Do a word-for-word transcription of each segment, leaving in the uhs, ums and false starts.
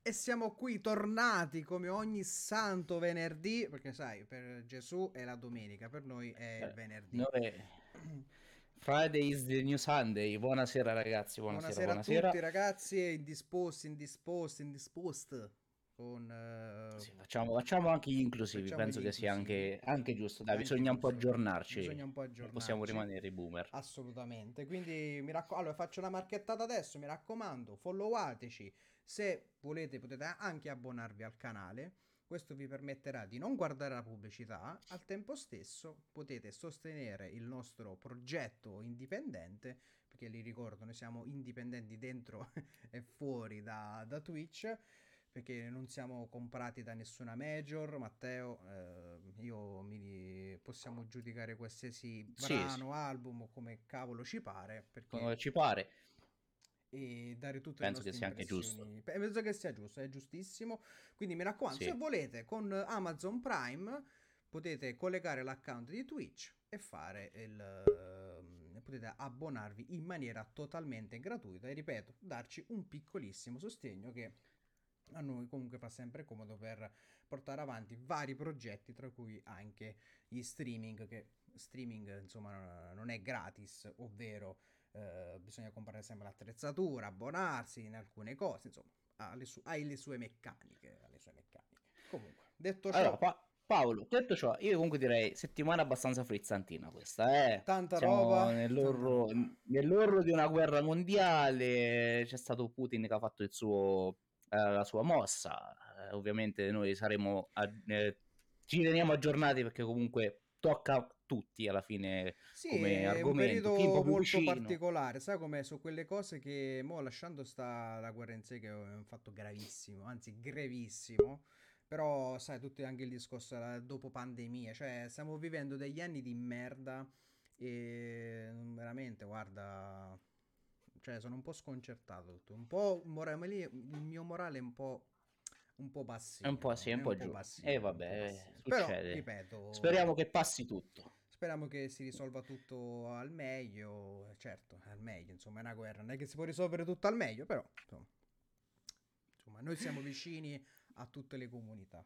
E siamo qui tornati come ogni santo venerdì, perché sai, per Gesù è la domenica, per noi è il Eh, venerdì. noi- Friday is the new Sunday. Buonasera ragazzi, buonasera, Buonasera a buonasera. tutti ragazzi, e indisposti, indisposti, indisposti, con... eh, Sì, facciamo, facciamo anche gli inclusivi, facciamo gli penso che sia inclusivi, anche, anche giusto. è Dai, anche bisogna un po' giusto, aggiornarci, bisogna un po' non possiamo aggiornarci, rimanere i boomer. assolutamente. Quindi mi raccomando, allora faccio una marchettata adesso, mi raccomando, followateci, se volete potete anche abbonarvi al canale. Questo vi permetterà di non guardare la pubblicità, al tempo stesso potete sostenere il nostro progetto indipendente, perché li ricordo, noi siamo indipendenti dentro e fuori da, da Twitch, perché non siamo comprati da nessuna major. Matteo, eh, io mi possiamo giudicare qualsiasi Sì, sì, brano, album o come cavolo ci pare, perché come ci pare, e dare tutte le penso che nostre sia anche giusto. impressioni. Pe- Penso che sia giusto, è giustissimo. Quindi mi raccomando, se Sì. volete con Amazon Prime potete collegare l'account di Twitch e fare il ehm, potete abbonarvi in maniera totalmente gratuita e ripeto, darci un piccolissimo sostegno che a noi comunque fa sempre comodo per portare avanti vari progetti, tra cui anche gli streaming, che streaming insomma non è gratis, ovvero eh, bisogna comprare sempre l'attrezzatura, abbonarsi in alcune cose, insomma, ha le, su- ha le sue meccaniche, ha le sue meccaniche. Comunque, detto Allora, ciò, Pa- Paolo, detto ciò, io comunque direi settimana abbastanza frizzantina questa, eh. tanta roba, Siamo tanta nell'orlo, roba. nell'orlo di una guerra mondiale, c'è stato Putin che ha fatto il suo, eh, la sua mossa, eh, ovviamente noi saremo, a- eh, ci teniamo aggiornati perché comunque tocca a tutti alla fine Sì, come è un argomento, chi un periodo po' più molto vicino. particolare, sai com'è? Su quelle cose che, mo lasciando sta la guerra in sé, che è un fatto gravissimo, anzi grevissimo, però sai, tutto anche il discorso della- dopo pandemia, cioè stiamo vivendo degli anni di merda e veramente, guarda, cioè sono un po' sconcertato, tutto. Un po' morale, il mio morale è un po', un po' È un po' sì, bassino, è è un un po' po' giù. E bassino, è un po' vabbè, eh, bassino. Però, succede. ripeto... Speriamo che passi tutto. Speriamo che si risolva tutto al meglio, eh, certo, al meglio, insomma, è una guerra, non è che si può risolvere tutto al meglio, però, insomma, insomma, noi siamo vicini a tutte le comunità.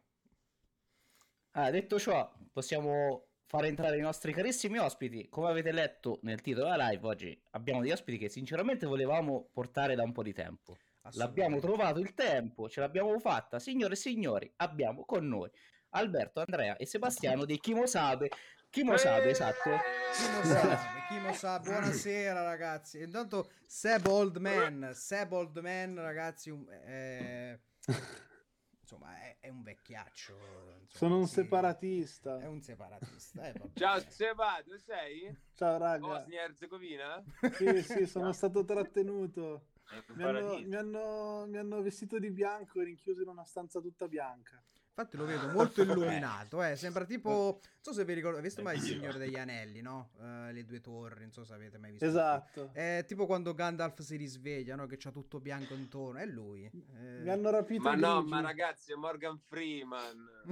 Ah, detto ciò, possiamo fare entrare i nostri carissimi ospiti. Come avete letto nel titolo della live, oggi abbiamo degli ospiti che sinceramente volevamo portare da un po' di tempo. L'abbiamo Assolutamente. trovato il tempo, ce l'abbiamo fatta. Signore e signori, abbiamo con noi Alberto, Andrea e Sebastiano di Chimosabe. Chimosabe, esatto. Chi lo sa, chi lo sa, buonasera ragazzi. Intanto Seb Oldman, Seb Oldman ragazzi, un- eh, insomma è, è un vecchiaccio, Sono insomma, un sì, è separatista. un separatista, eh vabbè, Ciao cioè. Seba, dove sei? Ciao raga. Bosnia Herzegovina? Sì, sì, sono stato trattenuto. È un Mi hanno, mi paradiso. hanno- mi hanno vestito di bianco e rinchiuso in una stanza tutta bianca. Infatti lo vedo molto Beh, illuminato, eh. Sembra tipo... Non so se vi ricordate, avete visto mai Il Anch'io. Signore degli Anelli, no? Eh, le due torri, non so se avete mai visto il film. Esatto. È tipo quando Gandalf si risveglia, no? Che c'ha tutto bianco intorno, è lui. Mi Eh... hanno rapito Ma i no, ma grigi. ragazzi, è Morgan Freeman.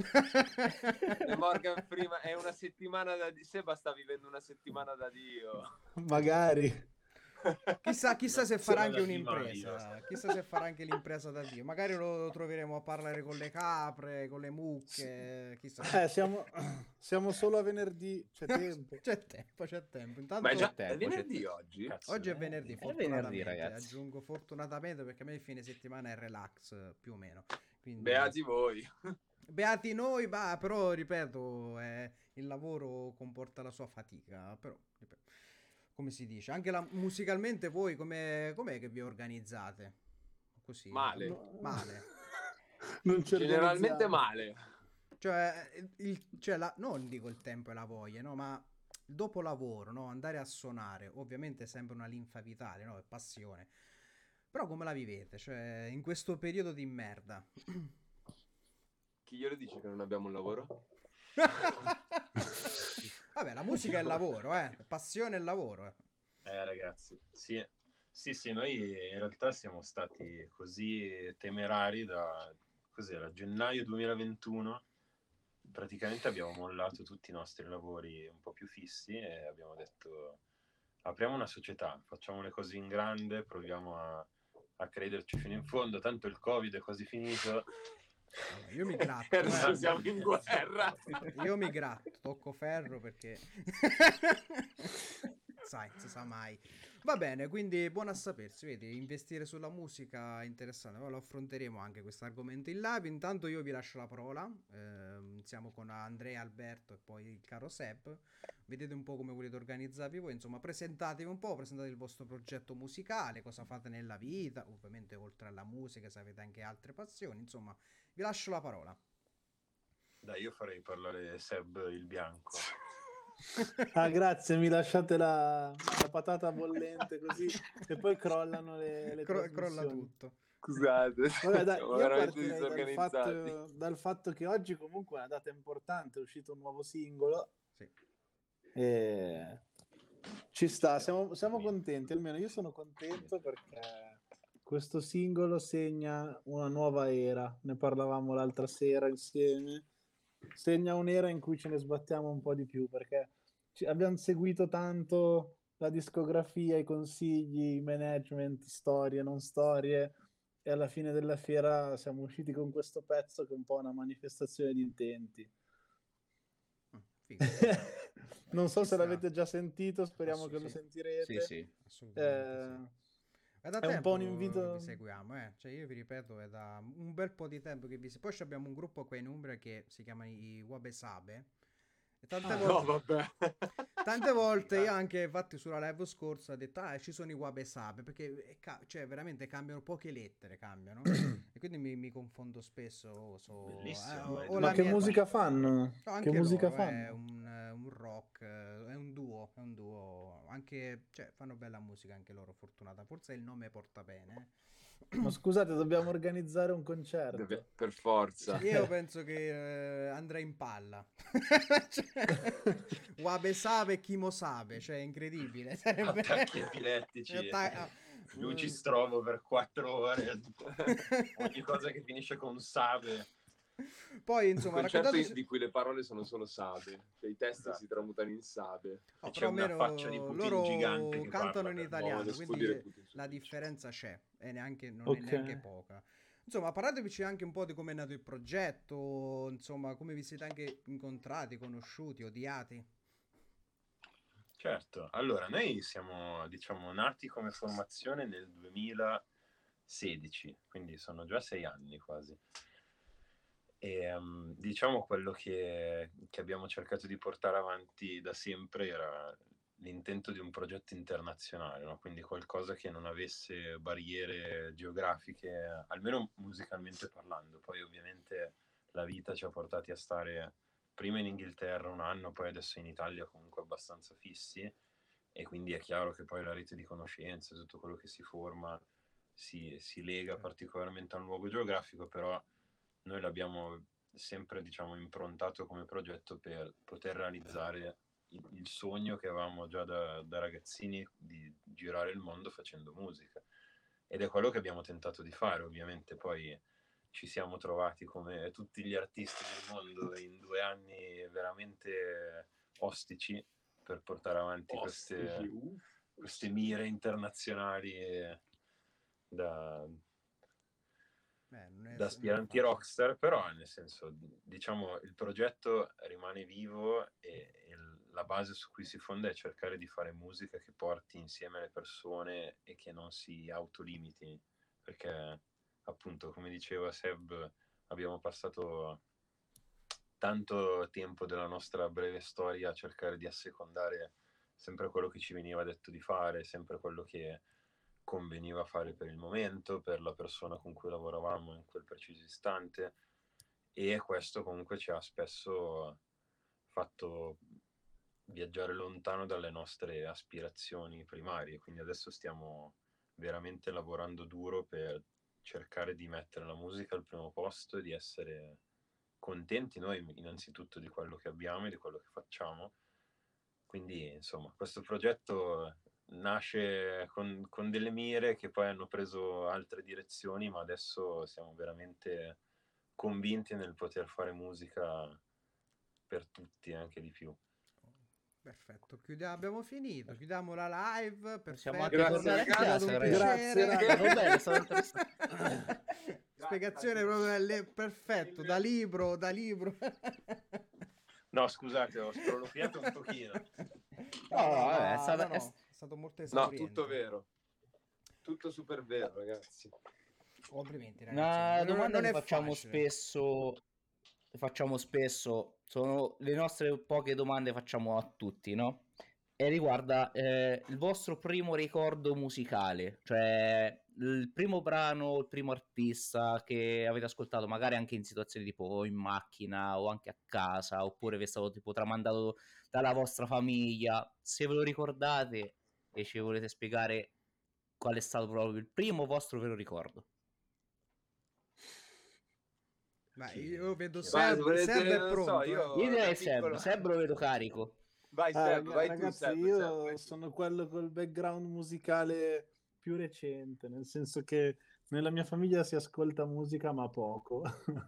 È Morgan Freeman, è una settimana da Dio. Seba sta vivendo una settimana da Dio. Magari. Chissà, chissà se farà anche un'impresa, un'impresa. chissà se farà anche l'impresa da Dio. Magari lo troveremo a parlare con le capre, con le mucche, chissà. Eh, siamo, siamo solo a venerdì, c'è tempo. C'è tempo, c'è tempo. Ma è Intanto... c'è già è tempo, c'è venerdì tempo. oggi? Cazzo, Oggi è eh, venerdì, è venerdì, fortunatamente, ragazzi. aggiungo fortunatamente perché a me il fine settimana è relax più o meno. Quindi Beati voi. beati noi, bah, però ripeto, eh, il lavoro comporta la sua fatica, però ripeto, come si dice, anche la- musicalmente voi come com'è che vi organizzate? Così, Male. No. male. Non ci Generalmente organizziamo. male. Cioè, il, cioè la- non dico il tempo e la voglia, no, ma dopo lavoro, no, andare a suonare, ovviamente è sempre una linfa vitale, no, è passione. Però come la vivete? Cioè, in questo periodo di merda. Chi glielo dice che non abbiamo un lavoro? Vabbè, la musica è il lavoro, eh. Passione e lavoro, eh. Eh ragazzi, sì, sì, sì, noi in realtà siamo stati così temerari da, cos'era, gennaio duemilaventuno, praticamente abbiamo mollato tutti i nostri lavori un po' più fissi e abbiamo detto apriamo una società, facciamo le cose in grande, proviamo a a crederci fino in fondo, tanto il Covid è quasi finito. Allora, io mi gratto, Adesso eh. siamo in guerra. Io mi gratto, tocco ferro perché sai, non si sa mai. Va bene, quindi buono a sapersi, vedi, investire sulla musica è interessante. Poi lo affronteremo anche questo argomento in live. Intanto io vi lascio la parola. Ehm, siamo con Andrea, Alberto e poi il caro Seb. Vedete un po' come volete organizzarvi voi, insomma, presentatevi un po', presentate il vostro progetto musicale, cosa fate nella vita, ovviamente oltre alla musica, se avete anche altre passioni, insomma, vi lascio la parola. Dai, io farei parlare Seb il bianco. Ah, grazie, mi lasciate la, la patata bollente così e poi crollano le, le Cro- crolla trasmissioni. tutto. Scusate, Vabbè, dai, siamo io veramente partirei dal disorganizzati. fatto, dal fatto che oggi comunque è una data importante, è uscito un nuovo singolo Sì. e ci sta, siamo, siamo contenti, almeno io sono contento perché questo singolo segna una nuova era, ne parlavamo l'altra sera insieme, segna un'era in cui ce ne sbattiamo un po' di più perché ci- abbiamo seguito tanto la discografia, i consigli, i management, storie, non storie, e alla fine della fiera siamo usciti con questo pezzo che è un po' una manifestazione di intenti. Mm, figo. Non so Ci se sta. l'avete già sentito, speriamo che lo Assolutamente. Sì, sentirete. sì. Assolutamente Eh, sì. È da è un tempo po' un che invito. vi seguiamo, eh. Cioè io vi ripeto, è da un bel po' di tempo che vi se- Poi abbiamo un gruppo qua in Umbria che si chiama i Wabe Sabe. E tante Ah, No, volte... vabbè. Tante volte io anche, infatti sulla live scorsa ho detto, ah, ci sono i Wabe Sabe, perché è ca- cioè veramente cambiano poche lettere, cambiano. E quindi mi, mi confondo spesso. oh, So, eh, Bellissimo, o, ma è o Ma la che mia... musica fanno? No, Che anche musica loro, è fanno? un, un rock, eh, è un duo, è un duo, anche, cioè, fanno bella musica anche loro, fortunata, forse il nome porta bene. Ma scusate, dobbiamo organizzare un concerto. Deve- per forza. eh. Io penso che eh, andrei in palla. Cioè, Wabe Sabe e Kimo Sabe, cioè, incredibile. Sarebbe... Attacchi epilettici, Atta- ah, luci mm. strobo per quattro ore, ogni cosa che finisce con Sabe. Poi, Un insomma, concerto raccontateci... di cui le parole sono solo sabe, cioè i testi Esatto. si tramutano in sabe. No, E c'è però una almeno faccia di Putin loro gigante che cantano parla in per No, italiano, non quindi sfodere Putin su la Twitch. differenza c'è, e neanche, non è Ok. neanche poca. Insomma, parlateci anche un po' di come è nato il progetto, insomma, come vi siete anche incontrati, conosciuti, odiati. Certo, allora noi siamo, diciamo, nati come formazione nel duemilasedici, quindi sono già sei anni quasi. E um, diciamo quello che, che abbiamo cercato di portare avanti da sempre era l'intento di un progetto internazionale, no? Quindi qualcosa che non avesse barriere geografiche, almeno musicalmente parlando. Poi ovviamente la vita ci ha portati a stare prima in Inghilterra un anno, poi adesso in Italia comunque abbastanza fissi, e quindi è chiaro che poi la rete di conoscenze, tutto quello che si forma, si, si lega Certo. particolarmente a un luogo geografico, però noi l'abbiamo sempre, diciamo, improntato come progetto per poter realizzare il, il sogno che avevamo già da, da ragazzini di girare il mondo facendo musica. Ed è quello che abbiamo tentato di fare, ovviamente poi ci siamo trovati come tutti gli artisti del mondo in due anni veramente ostici per portare avanti queste, Ostici, uff. queste mire internazionali da, Beh, non è, da non è aspiranti facile. rockstar, però nel senso, diciamo, il progetto rimane vivo e, e la base su cui si fonda è cercare di fare musica che porti insieme le persone e che non si autolimiti, perché appunto, come diceva Seb, abbiamo passato tanto tempo della nostra breve storia a cercare di assecondare sempre quello che ci veniva detto di fare, sempre quello che conveniva fare per il momento, per la persona con cui lavoravamo in quel preciso istante, e questo comunque ci ha spesso fatto viaggiare lontano dalle nostre aspirazioni primarie, quindi adesso stiamo veramente lavorando duro per cercare di mettere la musica al primo posto e di essere contenti noi innanzitutto di quello che abbiamo e di quello che facciamo. Quindi insomma questo progetto nasce con, con delle mire che poi hanno preso altre direzioni, ma adesso siamo veramente convinti nel poter fare musica per tutti e anche di più. Perfetto, chiudiamo, abbiamo finito, chiudiamo la live. Possiamo Perfetto. anche tornare a Grazie, casa. un ragazzi. Grazie, piacere. ragazzi. Va bene, sono interessante. Spiegazione proprio le- perfetto, da libro, da libro. No, scusate, ho sproloquiato un pochino. No, vabbè, è no, stata- no, è- no, è stato molto No, esauriente. tutto vero. Tutto super vero, ragazzi. Complimenti, ragazzi. Una Non- domanda non che è facciamo facile. spesso, facciamo spesso, sono le nostre poche domande facciamo a tutti, no? E riguarda eh, il vostro primo ricordo musicale, cioè il primo brano, il primo artista che avete ascoltato, magari anche in situazioni tipo in macchina o anche a casa, oppure vi è stato tipo tramandato dalla vostra famiglia. Se ve lo ricordate e ci volete spiegare qual è stato proprio il primo vostro vero ricordo. Ma Chi- io vedo chi- Vai, Seb, volete- Seb è non so, pronto. io- eh. Io direi da Seb, piccolo- Seb lo vedo carico. Vai Ah, Seb, raga- vai tu ragazzi, Seb, io Seb, vai tu. sono quello col background musicale più recente, nel senso che nella mia famiglia si ascolta musica ma poco.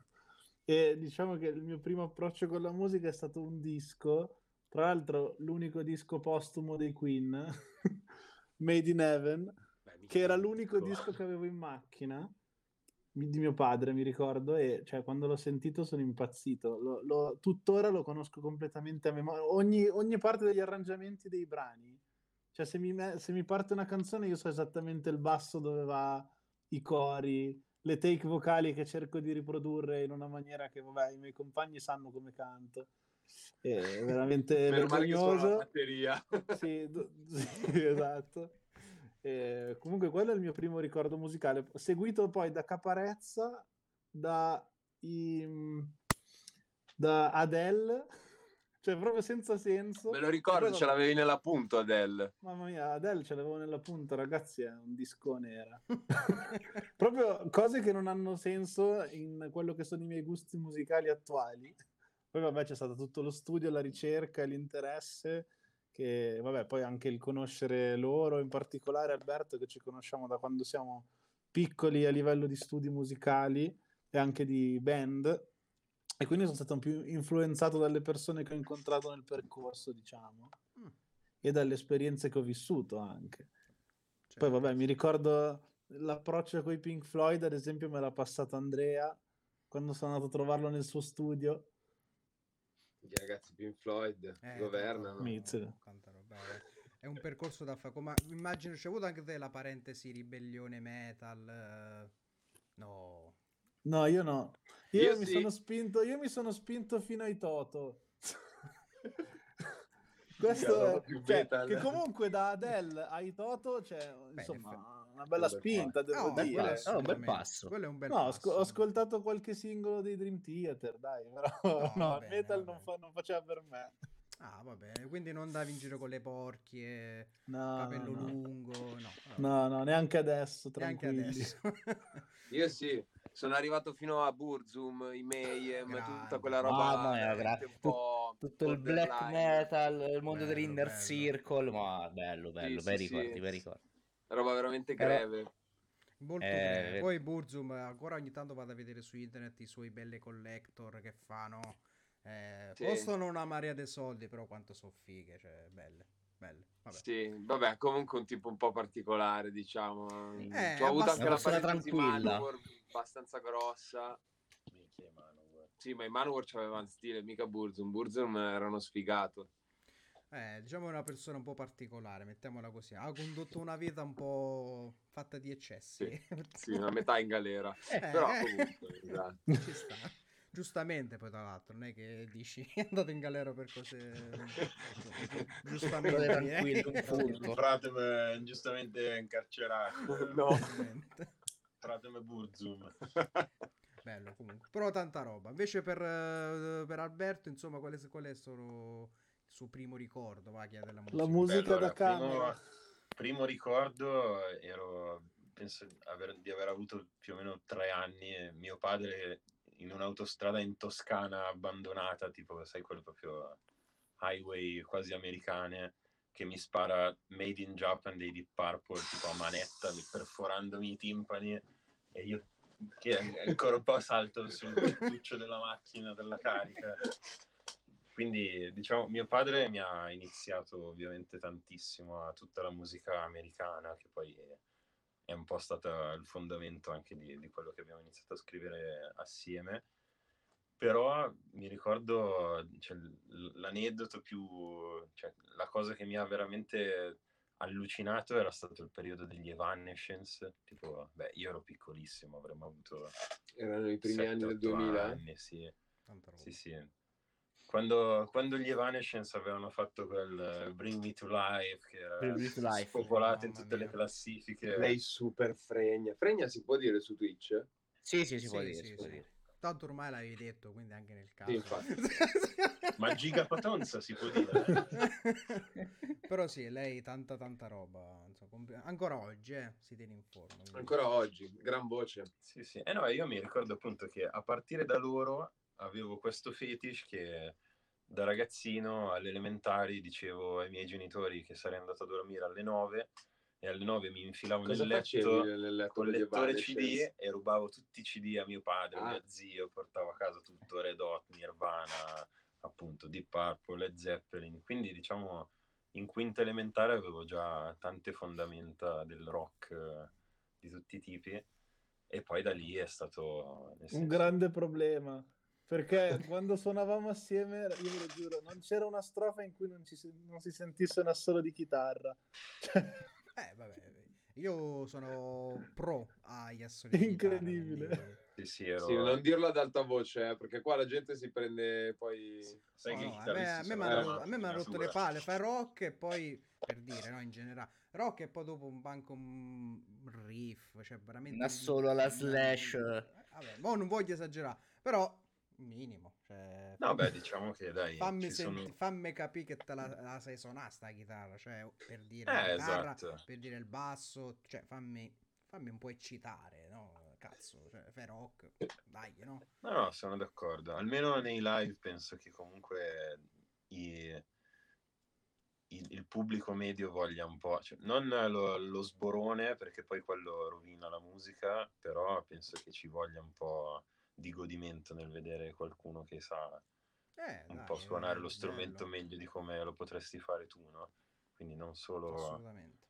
E diciamo che il mio primo approccio con la musica è stato un disco, tra l'altro l'unico disco postumo dei Queen, Made in Heaven, Beh, mica che era un l'unico disco. disco che avevo in macchina mi- di mio padre, mi ricordo, e cioè quando l'ho sentito sono impazzito. Lo- lo- tuttora lo conosco completamente a memoria. Ogni, ogni parte degli arrangiamenti dei brani. Cioè, se mi, me- se mi parte una canzone, io so esattamente il basso dove va, i cori, le take vocali che cerco di riprodurre in una maniera che, vabbè, i miei compagni sanno come canto. È veramente Meno male che suona la vergognoso. batteria. Sì, do- sì, esatto. Eh, comunque quello è il mio primo ricordo musicale, seguito poi da Caparezza, da, i- da Adele, cioè proprio senza senso. Me lo ricordo, Poi, ce vabbè, l'avevi nella punta, Adele. mamma mia, Adele ce l'avevo nella punta, ragazzi, è un discone era. Proprio cose che non hanno senso in quello che sono i miei gusti musicali attuali. Poi vabbè c'è stato tutto lo studio, la ricerca, l'interesse, che vabbè poi anche il conoscere loro, in particolare Alberto, che ci conosciamo da quando siamo piccoli a livello di studi musicali e anche di band, e quindi sono stato più influenzato dalle persone che ho incontrato nel percorso, diciamo, Mm, e dalle esperienze che ho vissuto anche. certo. Poi vabbè, mi ricordo l'approccio con i Pink Floyd, ad esempio, me l'ha passato Andrea quando sono andato a trovarlo nel suo studio. I ragazzi Pink Floyd Eh, governano. tanta- Mizzica. tanta roba, eh. È un percorso da fare. Ma immagino c'è avuto anche te la parentesi ribellione metal. eh, No. No, io no. Io, Io mi sì. sono spinto, io mi sono spinto fino ai Toto. Questo roba è, più cioè, metal. che comunque da Adele ai Toto c'è Beh, insomma una bella un bel spinta, devo No, bel dire. quello passo, oh, un bel assolutamente. passo. Quello è un bel No, ho passo. asco- ho ascoltato qualche singolo dei Dream Theater, dai, però No, no, va il bene, metal va non, bene. fa- non faceva per me. Ah, va bene. Quindi non andavi in giro con le porchie, No, capello no, no. lungo. No, vabbè. No, no, neanche adesso, Neanche tranquilli. adesso. Io sì, sono arrivato fino a Burzum, i Mayhem, Grande. tutta quella roba Mamma mia, veramente gra- un po' tutto il black borderline. metal, il mondo Bello, dell'inner bello. circle, ma bello, bello, Sì, bei sì, ricordi, sì. bei ricordi. Roba veramente Però- greve. Molto Eh, breve. vero. Poi Burzum, ancora ogni tanto vado a vedere su internet i suoi belle collector che fanno. Eh, Sì. Costano una marea di soldi, però quanto sono fighe, cioè belle, belle. Vabbè. Sì, vabbè, comunque un tipo un po' particolare, diciamo. Eh, Ho avuto anche la abbastanza parentesi tranquilla. Manowar abbastanza grossa. Minchia, Manowar. Sì, ma i Manowar c'avevano stile, mica Burzum. Burzum era uno sfigato. Eh, diciamo è una persona un po' particolare, mettiamola così. Ha condotto una vita un po' fatta di eccessi. Sì, una metà in galera. Eh, Però eh. comunque, esatto. Ci sta. Giustamente, poi tra l'altro, non è che dici è andato in galera per cose giustamente. State tranquilli, un eh. furto. Frateme giustamente incarcerato. No. Giustamente. Frateme Burzum. Bello comunque, però tanta roba. Invece per, eh, per Alberto, insomma, quale, quale sono il suo primo ricordo? Va, chi è della musica? La musica Beh, allora, da camera. primo, primo ricordo ero penso aver- di aver avuto più o meno tre anni e mio padre in un'autostrada in Toscana abbandonata, tipo sai quello proprio highway quasi americane, che mi spara Made in Japan dei Deep Purple tipo a manetta, mi- perforandomi i timpani, e io che ancora un po' salto sul tettuccio della macchina della carica. quindi diciamo mio padre mi ha iniziato ovviamente tantissimo a tutta la musica americana, che poi è un po' stata il fondamento anche di, di quello che abbiamo iniziato a scrivere assieme. Però mi ricordo, cioè, l'aneddoto più, cioè, la cosa che mi ha veramente allucinato era stato il periodo degli Evanescence. Tipo, beh, io ero piccolissimo, avremmo avuto Erano i primi sette, anni del otto duemila? anni, sì. Tanta roba. Sì, sì. Quando, quando gli Evanescence avevano fatto quel Bring Me to Life, che era Bring Me to Life. spopolato in Mamma tutte mia. le classifiche. Lei super fregna. Fregna si può dire su Twitch? Sì, sì, si può Sì, dire, sì, si può sì. dire. Tanto ormai l'avevi detto, quindi anche nel caso. Sì, infatti. Ma gigapatonza si può dire. Però sì, lei tanta tanta roba, insomma, comp- ancora oggi eh, si tiene in forma. quindi- Ancora oggi, gran voce. Sì, sì. Eh no, io mi ricordo appunto che a partire da loro avevo questo fetish che da ragazzino alle elementari dicevo ai miei genitori che sarei andato a dormire alle nove e alle nove mi infilavo Cosa nel facevi letto nel letto col degli lettore C D Evanescence? e rubavo tutti i C D a mio padre, a Ah. mio zio, portavo a casa tutto, Red Hot, Nirvana, appunto Deep Purple, Led Zeppelin. Quindi diciamo in quinta elementare avevo già tante fondamenta del rock eh, di tutti i tipi. E poi da lì è stato nel Un senso- grande problema. Perché quando suonavamo assieme, io ve lo giuro, non c'era una strofa in cui non, ci, si- non si sentisse un assolo di chitarra. Eh, vabbè, io sono pro agli assoli di chitarra, Incredibile. quindi- Sì, sì, ero... Sì, non dirlo ad alta voce, eh, perché qua la gente si prende poi... Sai No, che i no, a me, chitarristi a me sono mi hanno Eh. rotto, a me chiamati m'hanno di rotto le natura. palle, fai rock e poi, per dire, no, in generale, rock e poi dopo un banco un riff, cioè veramente... Un assolo alla un- Slash. un- Vabbè, mo non voglio esagerare, però minimo, cioè... No, beh, diciamo che dai, Fammi, ci sono... senti- fammi capire che te la, la sai suonare sta chitarra, cioè per dire la Eh, chitarra, esatto. per dire il basso, cioè fammi, fammi un po' eccitare, no? Cazzo, cioè fai rock, dai, no? No, no, sono d'accordo. Almeno nei live penso che comunque i- il, il pubblico medio voglia un po', cioè, non lo, lo sborone, perché poi quello rovina la musica, però penso che ci voglia un po' di godimento nel vedere qualcuno che sa Eh, un dai, po' suonare è lo strumento bello, meglio di come lo potresti fare tu, no? Quindi non solo... assolutamente.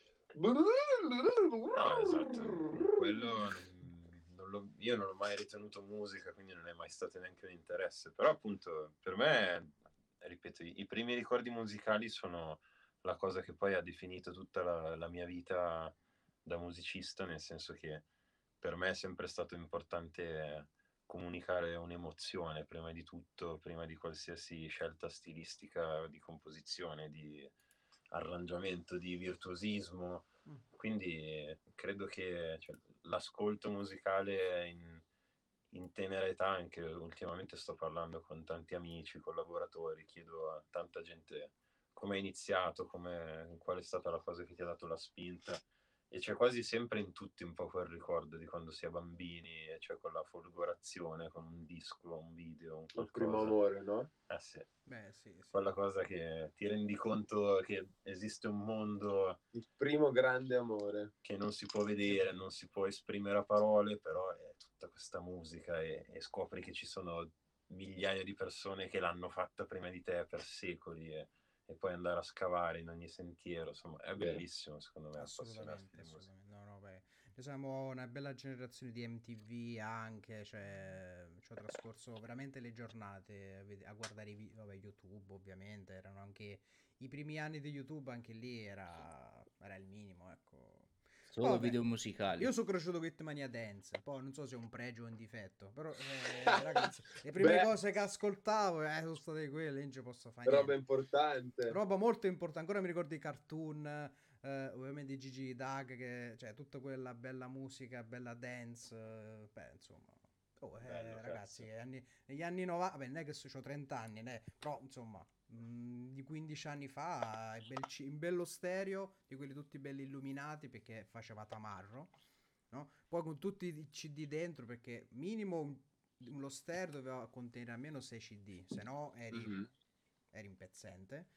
No, esatto. Quello non, non l'ho- io non l'ho mai ritenuto musica, quindi non è mai stato neanche un interesse. Però appunto per me, ripeto, i, i primi ricordi musicali sono la cosa che poi ha definito tutta la, la mia vita da musicista, nel senso che per me è sempre stato importante comunicare un'emozione prima di tutto, prima di qualsiasi scelta stilistica di composizione, di arrangiamento, di virtuosismo. Mm. Quindi credo che cioè, l'ascolto musicale in, in tenera età, anche ultimamente sto parlando con tanti amici, collaboratori, chiedo a tanta gente come hai iniziato, come, qual è stata la cosa che ti ha dato la spinta. E c'è quasi sempre in tutti un po' quel ricordo di quando si è bambini, e c'è quella folgorazione con un disco, un video, un Il primo qualcosa. amore, no? Eh sì, Beh, sì, sì. quella cosa che ti rendi conto che esiste un mondo Il primo grande amore. che non si può vedere, non si può esprimere a parole, però è tutta questa musica e, e scopri che ci sono migliaia di persone che l'hanno fatta prima di te per secoli e, e poi andare a scavare in ogni sentiero, insomma, è Vero. bellissimo secondo me appassionarsi Assolutamente, di musica. assolutamente. No, no, beh, noi siamo una bella generazione di M T V anche, cioè ci ho trascorso veramente le giornate a, ved- a guardare i video, vabbè, YouTube ovviamente, erano anche i primi anni di YouTube, anche lì era, era il minimo, ecco. Solo Vabbè, video musicali. io sono cresciuto con Hitmania Dance, poi non so se è un pregio o un difetto, però eh, ragazzi, le prime Beh. cose che ascoltavo eh, sono state quelle, non ci posso fare Roba niente. importante. Roba molto importante, ancora mi ricordo i cartoon, eh, ovviamente di Gigi Dag, che, cioè tutta quella bella musica, bella dance, eh, beh, insomma. Oh, eh, Bello, ragazzi, cazzo. anni- negli anni novanta, vabbè, non è che ho trenta anni, né, però insomma, mh, di quindici anni fa, il bel ci- un bello stereo, di quelli tutti belli illuminati, perché faceva tamarro, no? Poi con tutti i C D dentro, perché minimo un- lo stereo doveva contenere almeno sei C D, se no eri, Mhm. eri impezzente.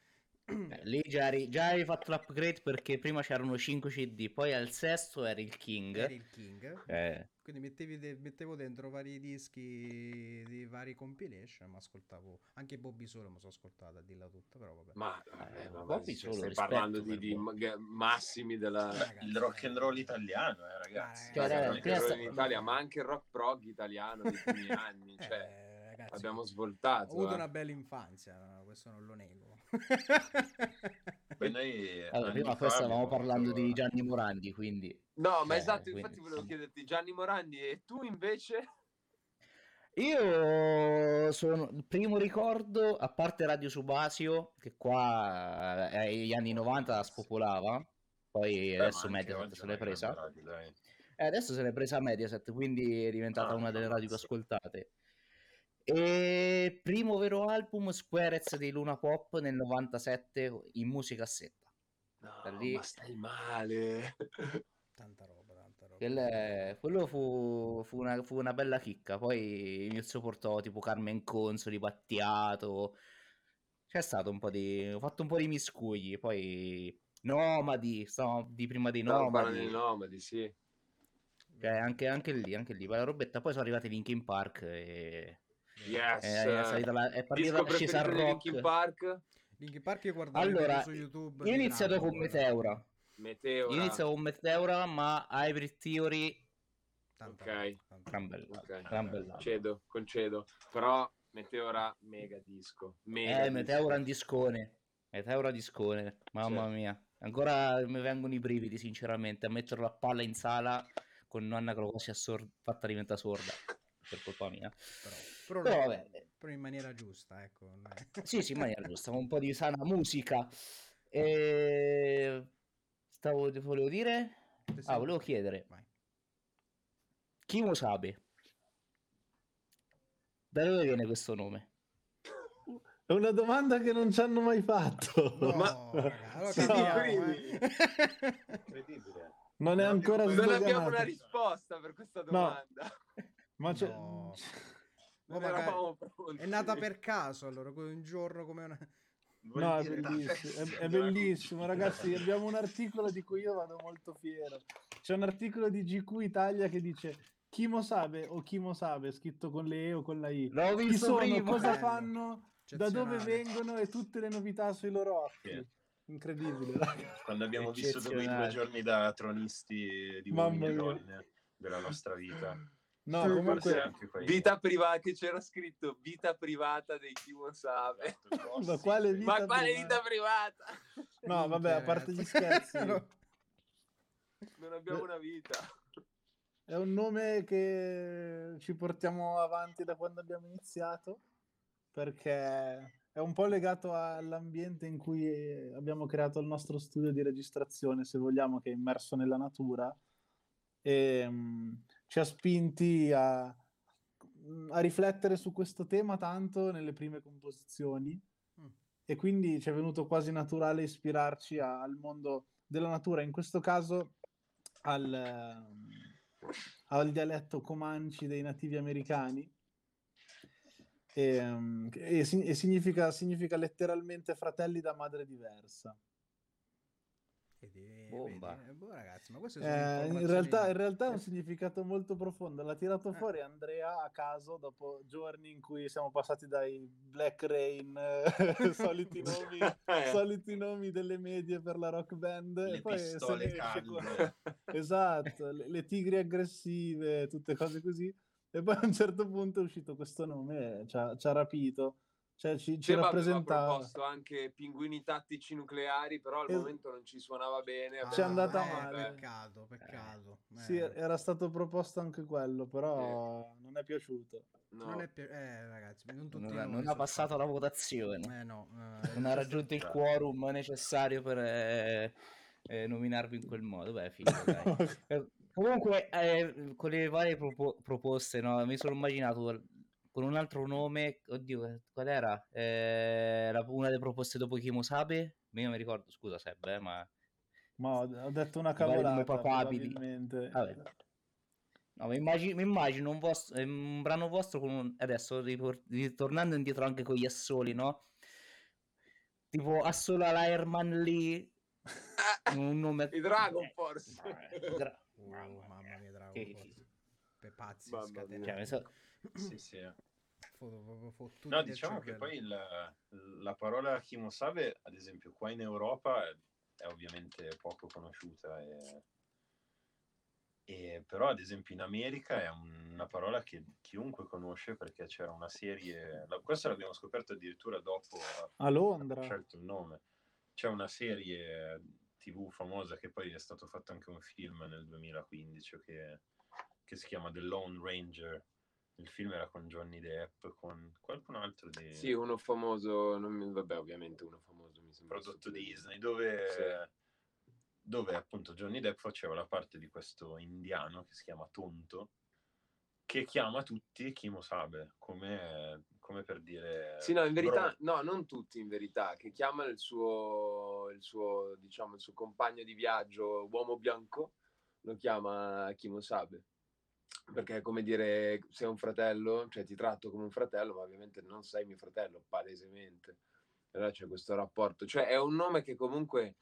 Eh, lì già, eri- già avevi fatto l'upgrade perché prima c'erano cinque C D, poi al sesto eri il King. Eri il King. Eh, Quindi mettevi de- mettevo dentro vari dischi di vari compilation, ma ascoltavo anche Bobby Solo, mi sono ascoltato a dirla tutta, però vabbè. Ma, Eh, eh, ma- ma Bobby se Solo, stai rispetto parlando di, per di Bobby. ma- massimi della... Ragazzi, Il rock and roll eh, italiano, eh, ragazzi. Ma Cioè, ragazzi, era- rock prima and roll sta- in Italia, ma anche il rock prog italiano dei primi anni, cioè eh, ragazzi, abbiamo ho svoltato. avuto eh. una bella infanzia, questo non lo nego. Poi noi Allora, anni prima fa poi stavamo abbiamo parlando avuto- di Gianni Morandi, quindi... No, ma cioè, esatto, quindi, infatti volevo insomma. chiederti Gianni Morandi e tu invece? Io sono il primo ricordo, a parte Radio Subasio, che qua eh, agli anni novanta la spopolava, poi Beh, ma adesso anche Mediaset oggi se è l'è una grande presa. radio, dai. E adesso se l'è presa Mediaset, quindi è diventata Ah, una delle radio più ammazza. ascoltate. E primo vero album, Squarez dei Luna Pop nel novantasette in musicassetta. No, Da lì, ma stai male. Tanta roba, tanta roba. quel- eh, quello fu, fu una, fu una bella chicca. Poi mi sopportò tipo Carmen Consoli, Battiato. C'è stato un po' di... Ho fatto un po' di miscugli. Poi Nomadi, stavamo di prima dei Stavo parlando dei Nomadi. nomadi, sì. Cioè, anche, anche lì, anche lì, quella robetta. Poi sono arrivati i Linkin Park e... Yes. È, è salita la, è partita, Disco è scesa al preferito di Linkin rock. Park? Linkin Park io guardavo i Allora, video su YouTube. io ho di iniziato con Dragon Ball. Meteora. Meteora. Io iniziavo con Meteora, ma Hybrid Theory, Tanta Ok. roba, tanta gran roba. bella, Ok. gran bella. Concedo, concedo. Però Meteora mega disco. Mega Eh, disco. Meteora un discone. Meteora discone, mamma Sì. mia. Ancora mi vengono i brividi, sinceramente, a metterlo a palla in sala con nonna che lo si è sor- fatta diventare sorda per colpa mia. Però, però, Però no, vabbè, però in maniera giusta, ecco. non è- sì, sì, in maniera giusta, con un po' di sana musica. E... Stavo, volevo dire? Ti Ah, sento? volevo chiedere, Vai. Kimo Sabe, da dove viene questo nome? È una domanda che non ci hanno mai fatto. No, Ma- raga, allora Sì, capiamo, quindi- eh. Incredibile. Non è Non ancora abbiamo- Non sdoganato. abbiamo una risposta per questa domanda. Ma c'è... No. Non Ma magari- eravamo pronti. È nata per caso, allora, un giorno come una... Vuol No, è dire bellissimo, tapes è, è della bellissimo, cultura. ragazzi. Abbiamo un articolo di cui io vado molto fiero. C'è un articolo di G Q Italia che dice Kimo Sabe o Kimo Sabe, scritto con le E o con la I. L'ho Chi visto sono, prima. cosa Bello. fanno, da dove Eccezionale. vengono e tutte le novità sui loro occhi. Sì. Incredibile, ragazzi. Quando abbiamo vissuto quei due Eccezionale. giorni da tronisti di Mamma uomini e mia. donne della nostra vita. No, Sì, Forse comunque, anche quei- Vita privata, che c'era scritto vita privata dei Kimo Sabe. Esatto, grossi, Ma quale sì. vita Ma quale privata? vita privata? no, vabbè, Minchia, a parte gli ragazzi. scherzi, Non abbiamo una vita. è un nome che ci portiamo avanti da quando abbiamo iniziato, perché è un po' legato all'ambiente in cui abbiamo creato il nostro studio di registrazione, se vogliamo, che è immerso nella natura, e mh, ci ha spinti a, a riflettere su questo tema tanto nelle prime composizioni, Mm. e quindi ci è venuto quasi naturale ispirarci a- al mondo della natura, in questo caso al, ehm, al dialetto Comanche dei nativi americani, e, ehm, e si- e significa, significa letteralmente fratelli da madre diversa. Vedi, Bomba. vedi, eh, boh, ragazzi, ma queste sono Eh, in, informazioni- realtà, in realtà è un significato molto profondo. L'ha tirato Eh. fuori Andrea a caso dopo giorni in cui siamo passati dai Black Rain, eh, soliti, nomi, Eh. soliti nomi delle medie per la rock band, Le e poi se pistole ne esce con- calde. esatto, le, le tigri aggressive, tutte cose così. E poi a un certo punto è uscito questo nome e ci ha, ci ha rapito, cioè ci, ci Seba aveva rappresentava. proposto anche pinguini tattici nucleari, però al Es- momento non ci suonava bene. Ah, Ci è abbiamo- andata eh, male. Peccato, peccato. Sì, Eh, era stato proposto anche quello, però non è piaciuto. No. non è pi- eh, ragazzi, non tutti Non, noi non ha sono passato stati- la votazione. Eh no, eh, Non ha raggiunto il quorum necessario per eh, eh, nominarvi in quel modo. Beh, figo, dai. Eh, Comunque, eh, con le varie propo- proposte, no, mi sono immaginato con un altro nome. Oddio, qual era? Eh, era una delle proposte dopo Kimo Sabe? Io non mi ricordo, scusa Seb, eh, ma Ma ho, ho detto una I vari cavolata, nomi papabili. probabilmente. Vabbè. No, mi immagino, mi immagino un, vostro- eh, un brano vostro con un- adesso ripor- ritornando indietro anche con gli assoli, no? tipo assolo alla Herman Lee, un nome... I Dragon Force. Dra- Oh, mamma mia, Dragon Che- Force. Per pazzi, Mamma scatenati. mia. Cioè, mi so- Sì, sì. Foto proprio fottuti No, del diciamo che cervello. poi il- la parola Kimosabe, ad esempio, qua in Europa è, è ovviamente poco conosciuta, e, e però ad esempio in America è un- una parola che chiunque conosce, perché c'era una serie, la- questo l'abbiamo scoperto addirittura dopo A Londra. aver scelto il nome. C'è una serie tivù famosa che poi è stato fatto anche un film nel duemilaquindici che, che si chiama The Lone Ranger. Il film era con Johnny Depp, con qualcun altro di Sì, uno famoso, non mi- vabbè, ovviamente uno famoso mi sembra prodotto stupido. Disney, dove, Sì. dove appunto Johnny Depp faceva la parte di questo indiano che si chiama Tonto, che chiama tutti Kimosabe, come, come per dire... Sì, no, in verità, bro. no, non tutti in verità, che chiamano il suo, il suo, diciamo, il suo compagno di viaggio, uomo bianco, lo chiama Kimosabe. Perché è come dire, sei un fratello, cioè ti tratto come un fratello, ma ovviamente non sei mio fratello, palesemente. Allora c'è questo rapporto, cioè è un nome che comunque...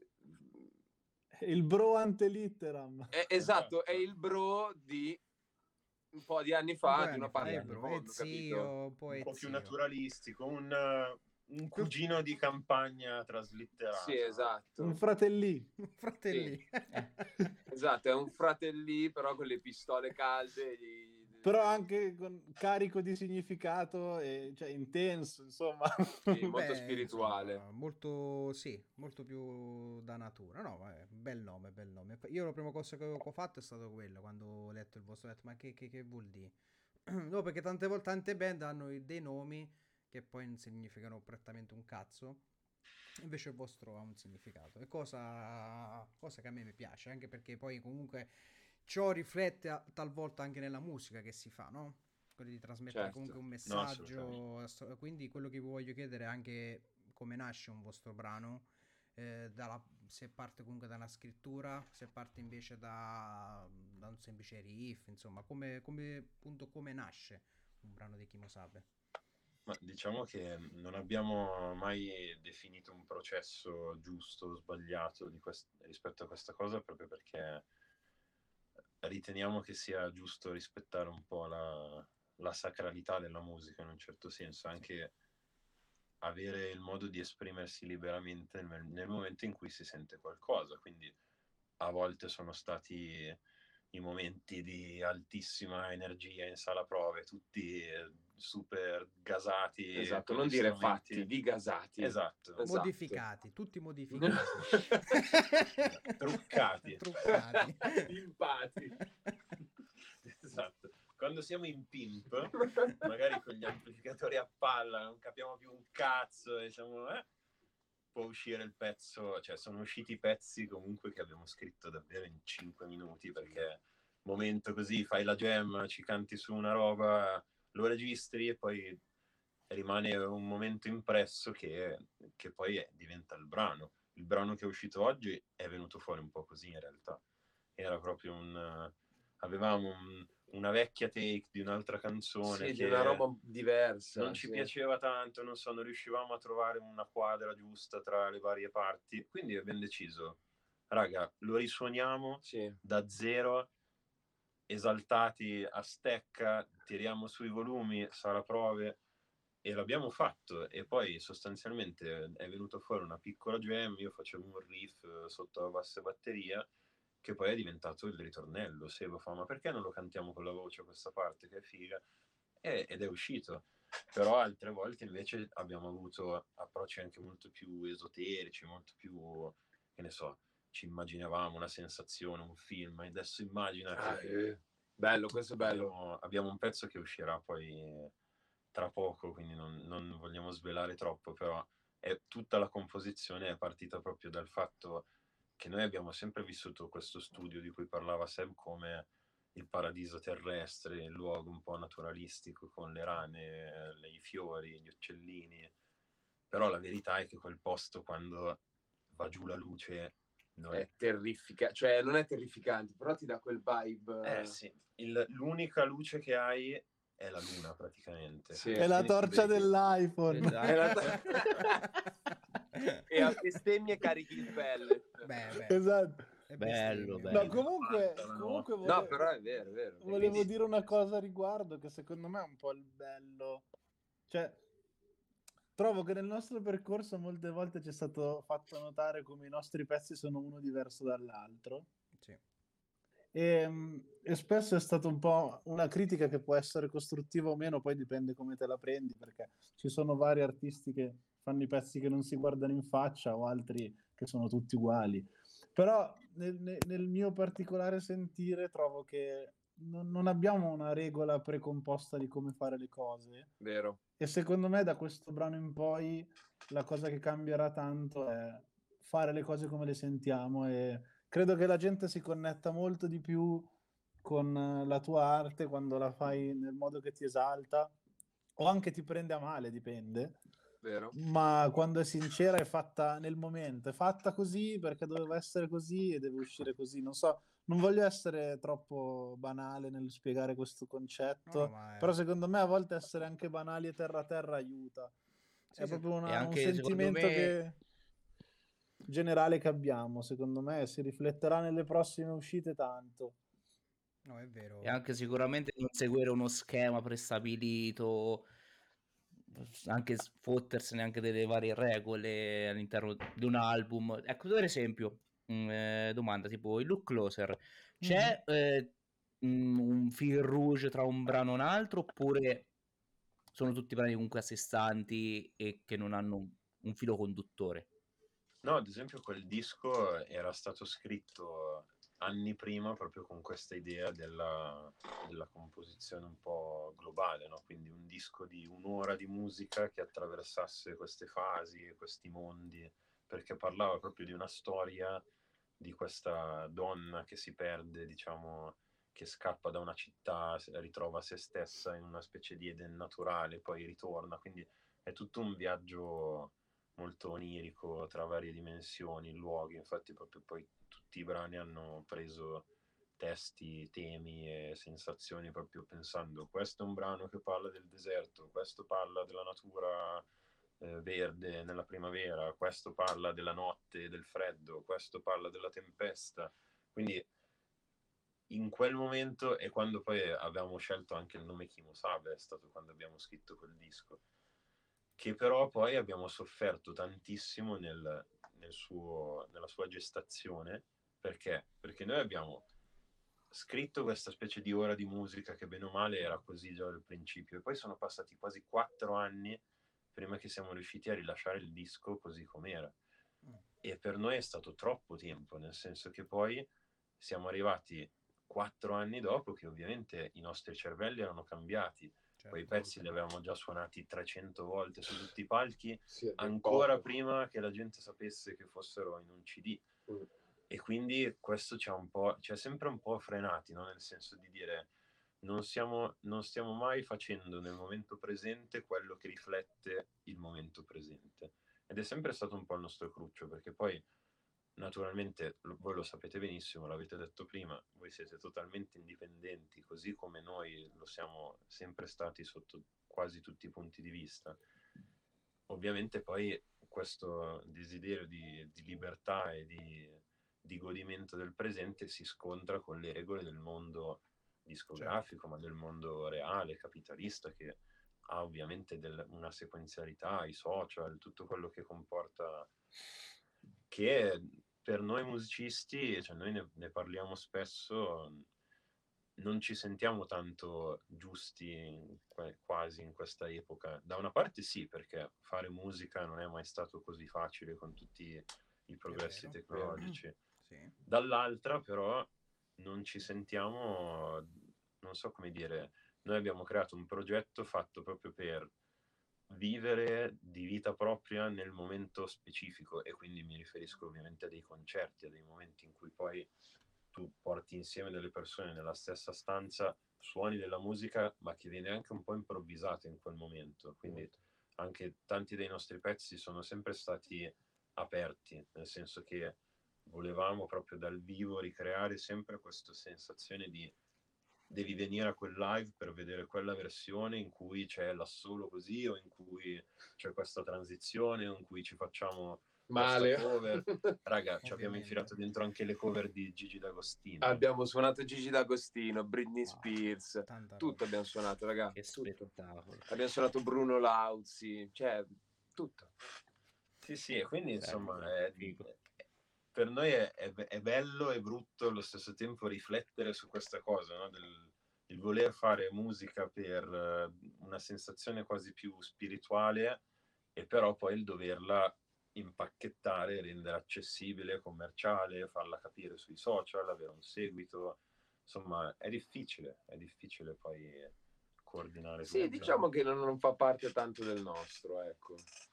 Il bro ante litteram. È, esatto, è il bro di un po' di anni Un fa, po' di di una anni fa, parte è del bro, è mondo, capito? zio, un po' Un è po' più zio. naturalistico, un, un cugino di campagna traslitterato. Sì, esatto. Un fratellì. Un fratelli. Esatto, è un fratellì, però con le pistole calde. Gli... Però anche con carico di significato e cioè intenso, insomma. Sì, molto Beh, spirituale. insomma, molto, sì, molto più da natura. No, vabbè, bel nome, bel nome. Io la prima cosa che ho che ho fatto è stato quello, quando ho letto il vostro, ho detto, ma che, che, che vuol dire? No, perché tante volte tante band hanno i- dei nomi che poi non significano prettamente un cazzo. Invece il vostro ha un significato. E cosa, cosa che a me mi piace, anche perché poi comunque ciò riflette a- talvolta anche nella musica che si fa, no? Quello di trasmettere Certo. comunque un No, messaggio. asso- quindi quello che vi voglio chiedere è anche come nasce un vostro brano, eh, dalla- se parte comunque da una scrittura, se parte invece da, da un semplice riff, insomma, come, come, appunto, come nasce un brano di Kimosabe. Ma diciamo che non abbiamo mai definito un processo giusto o sbagliato di quest- rispetto a questa cosa, proprio perché riteniamo che sia giusto rispettare un po' la, la sacralità della musica in un certo senso, anche avere il modo di esprimersi liberamente nel, nel momento in cui si sente qualcosa. Quindi a volte sono stati i momenti di altissima energia in sala prove, tutti eh, super gasati. Esatto, con non gli dire strumenti. fatti, di gasati. Esatto. Esatto. Modificati, tutti modificati. Truccati. Truccati. Pimpati. Esatto. Quando siamo in pimp, magari con gli amplificatori a palla, non capiamo più un cazzo e siamo... Eh? Può uscire il pezzo, cioè sono usciti pezzi comunque che abbiamo scritto davvero in cinque minuti, perché momento così, fai la jam, ci canti su una roba, lo registri e poi rimane un momento impresso che, che poi è, diventa il brano. Il brano che è uscito oggi è venuto fuori un po' così in realtà. Era proprio un... avevamo un, una vecchia take di un'altra canzone Sì, che di una roba diversa. non ci sì. piaceva tanto, non so, non riuscivamo a trovare una quadra giusta tra le varie parti, quindi abbiamo deciso, raga, lo risuoniamo Sì. da zero, esaltati a stecca, tiriamo sui volumi, sarà prove, e l'abbiamo fatto. E poi sostanzialmente è venuto fuori una piccola jam, io facevo un riff sotto la bassa batteria, che poi è diventato il ritornello. Sebo fa, ma perché non lo cantiamo con la voce questa parte che è figa? E, ed è uscito. Però altre volte invece abbiamo avuto approcci anche molto più esoterici, molto più, che ne so, ci immaginavamo una sensazione, un film, e adesso immagina Ah, che eh. Bello, questo è bello. abbiamo, abbiamo un pezzo che uscirà poi tra poco, quindi non, non vogliamo svelare troppo, però è, tutta la composizione è partita proprio dal fatto che noi abbiamo sempre vissuto questo studio di cui parlava Seb come il paradiso terrestre, il luogo un po' naturalistico con le rane, le, i fiori, gli uccellini. Però la verità è che quel posto, quando va giù la luce, non È terrificante, cioè non è terrificante, però ti dà quel vibe. Eh sì, il, l'unica luce che hai è la luna praticamente. Sì. È la torcia Vedi. dell'iPhone. È la to- e a bestemmie carichi il pellet. Beh, beh. Esatto. è Bello, bestemmia. bello. No, comunque, Guarda, no. comunque No, vole- però è vero, è vero. E volevo quindi- dire una cosa a riguardo che secondo me è un po' il bello. Cioè, trovo che nel nostro percorso molte volte ci è stato fatto notare come i nostri pezzi sono uno diverso dall'altro. Sì. E, mm, e spesso è stata un po' una critica che può essere costruttiva o meno, poi dipende come te la prendi, perché ci sono vari artisti che fanno i pezzi che non si guardano in faccia o altri che sono tutti uguali. Però nel, nel- nel mio particolare sentire trovo che non, non abbiamo una regola precomposta di come fare le cose Vero. e secondo me da questo brano in poi la cosa che cambierà tanto è fare le cose come le sentiamo e credo che la gente si connetta molto di più con eh, la tua arte quando la fai nel modo che ti esalta o anche ti prende a male, dipende. Vero. Ma quando è sincera è fatta nel momento, è fatta così perché doveva essere così e deve uscire così. Non so, non voglio essere troppo banale nel spiegare questo concetto, No, no, ma è- però secondo me a volte essere anche banali e terra a terra aiuta. Sì, È sì. proprio una- E un anche, secondo sentimento me, che generale che abbiamo, secondo me si rifletterà nelle prossime uscite tanto. No, è vero. e anche sicuramente non seguire uno schema prestabilito, anche sfottersene anche delle varie regole all'interno di un album. Ecco, per esempio, mm, eh, domanda tipo il Look Closer, c'è eh, mm, un fil rouge tra un brano e un altro oppure sono tutti brani comunque a sé stanti e che non hanno un, un filo conduttore? No, ad esempio quel disco era stato scritto anni prima proprio con questa idea della, della composizione un po' globale, no? Quindi un disco di un'ora di musica che attraversasse queste fasi, questi mondi, perché parlava proprio di una storia di questa donna che si perde, diciamo, che scappa da una città, ritrova se stessa in una specie di Eden naturale, poi ritorna, quindi è tutto un viaggio molto onirico tra varie dimensioni, luoghi, infatti proprio poi tutti i brani hanno preso testi, temi e sensazioni proprio pensando questo è un brano che parla del deserto, questo parla della natura eh, verde nella primavera, questo parla della notte e del freddo, questo parla della tempesta, quindi in quel momento e quando poi abbiamo scelto anche il nome Kimo Sabe, è stato quando abbiamo scritto quel disco, che però poi abbiamo sofferto tantissimo nel, nel suo, nella sua gestazione, perché? Perché noi abbiamo scritto questa specie di ora di musica che bene o male era così già dal principio e poi sono passati quasi quattro anni prima che siamo riusciti a rilasciare il disco così com'era e per noi è stato troppo tempo, nel senso che poi siamo arrivati quattro anni dopo che ovviamente i nostri cervelli erano cambiati. Certo. Quei pezzi li avevamo già suonati trecento volte su tutti i palchi, Sì, è ben ancora poco. prima che la gente sapesse che fossero in un C D. Mm. E quindi questo ci ha un po', ci ha sempre un po' frenati, no? Nel senso di dire non, siamo, non stiamo mai facendo nel momento presente quello che riflette il momento presente. Ed è sempre stato un po' il nostro cruccio, perché poi naturalmente voi lo sapete benissimo, l'avete detto prima, voi siete totalmente indipendenti, così come noi lo siamo sempre stati sotto quasi tutti i punti di vista. Ovviamente poi questo desiderio di, di libertà e di, di godimento del presente si scontra con le regole del mondo discografico, ma del mondo reale, capitalista, che ha ovviamente del, una sequenzialità, i social, tutto quello che comporta, che per noi musicisti, cioè noi ne, ne parliamo spesso, non ci sentiamo tanto giusti in, quasi in questa epoca. Da una parte sì, perché fare musica non è mai stato così facile con tutti i progressi vero. tecnologici. Sì. Dall'altra però non ci sentiamo, non so come dire, noi abbiamo creato un progetto fatto proprio per vivere di vita propria nel momento specifico e quindi mi riferisco ovviamente a dei concerti, a dei momenti in cui poi tu porti insieme delle persone nella stessa stanza, suoni della musica, ma che viene anche un po' improvvisata in quel momento. Quindi anche tanti dei nostri pezzi sono sempre stati aperti, nel senso che volevamo proprio dal vivo ricreare sempre questa sensazione di devi venire a quel live per vedere quella versione in cui c'è l'assolo così, o in cui c'è questa transizione, o in cui ci facciamo Male. questa cover. Raga, ci abbiamo Ovviamente. infilato dentro anche le cover di Gigi D'Agostino. Abbiamo suonato Gigi D'Agostino, Britney Wow. Spears, Tanta tutto roba. abbiamo suonato, raga. Che tutto. spettacolo. Abbiamo suonato Bruno Lauzi, cioè tutto. Sì, sì, e quindi insomma Bello, è- figo. per noi è, è- è bello e brutto allo stesso tempo riflettere su questa cosa, no? Del, il voler fare musica per eh, una sensazione quasi più spirituale, e però poi il doverla impacchettare, rendere accessibile, commerciale, farla capire sui social, avere un seguito. Insomma, è difficile, è difficile poi coordinare Sì, tutto. diciamo che non, non fa parte tanto del nostro, ecco.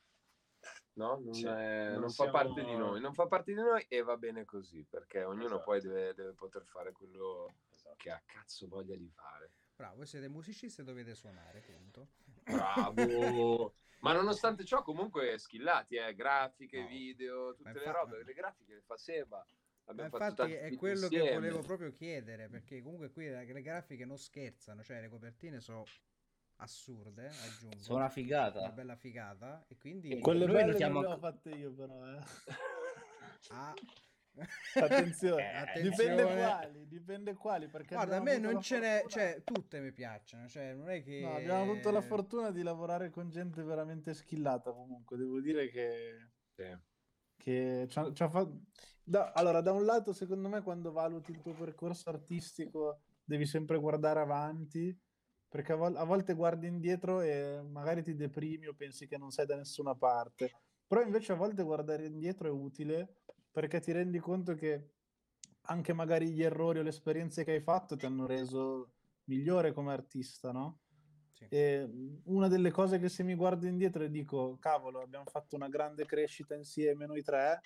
No? Non, Sì, è- non non siamo- fa parte di noi, non fa parte di noi e va bene così, perché ognuno Esatto. poi deve, deve poter fare quello Esatto. che ha cazzo voglia di fare. Bravo, voi siete musicisti e dovete suonare, punto. Bravo! Ma nonostante ciò comunque skillati, eh? Grafiche, No. video, tutte Ma le infa- robe, le grafiche le fa Seba. Ma Abbiamo fatto infatti tanti è video quello che insieme. volevo proprio chiedere, perché comunque qui le le grafiche non scherzano, cioè le copertine sono assurde, aggiungo. Sono una figata. Una bella figata e quindi E Quelle Noi belle notiamo non le ho anche- fatte io però, eh. Ah. Attenzione, Eh, dipende Attenzione. quali, dipende quali, perché Guarda, a abbiamo me avuto non la ce n'è, fortuna- cioè tutte mi piacciono, cioè non è che No, abbiamo avuto la fortuna di lavorare con gente veramente skillata comunque, devo dire che, Sì. che ci ha- ci ha fa- da- allora, da un lato, secondo me, quando valuti il tuo percorso artistico devi sempre guardare avanti, perché a, vol- a volte guardi indietro e magari ti deprimi o pensi che non sei da nessuna parte, però invece a volte guardare indietro è utile perché ti rendi conto che anche magari gli errori o le esperienze che hai fatto ti hanno reso migliore come artista, no? Sì. E una delle cose che se mi guardo indietro e dico, cavolo, abbiamo fatto una grande crescita insieme noi tre,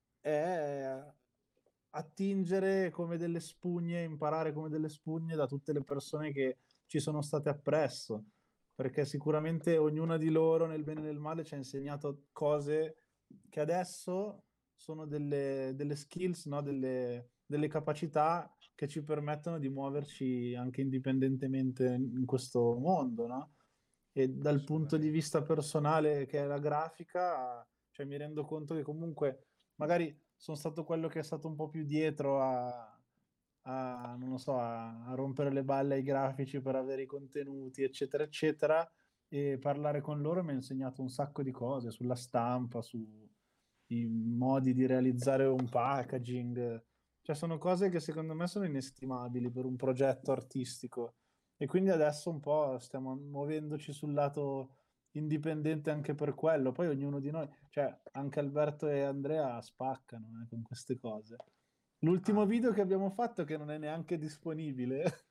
è attingere come delle spugne, imparare come delle spugne da tutte le persone che ci sono state appresso, perché sicuramente ognuna di loro, nel bene e nel male, ci ha insegnato cose che adesso sono delle, delle skills, no? delle, delle capacità che ci permettono di muoverci anche indipendentemente in questo mondo, no? E dal punto di Assolutamente. vista personale, che è la grafica, cioè mi rendo conto che comunque magari sono stato quello che è stato un po' più dietro a, a, non lo so, a, a rompere le balle ai grafici per avere i contenuti, eccetera, eccetera, e parlare con loro mi ha insegnato un sacco di cose sulla stampa, sui modi di realizzare un packaging. Cioè sono cose che secondo me sono inestimabili per un progetto artistico. E quindi adesso un po' stiamo muovendoci sul lato indipendente anche per quello. Poi ognuno di noi, cioè anche Alberto e Andrea spaccano eh, con queste cose. L'ultimo Ah. video che abbiamo fatto, che non è neanche disponibile,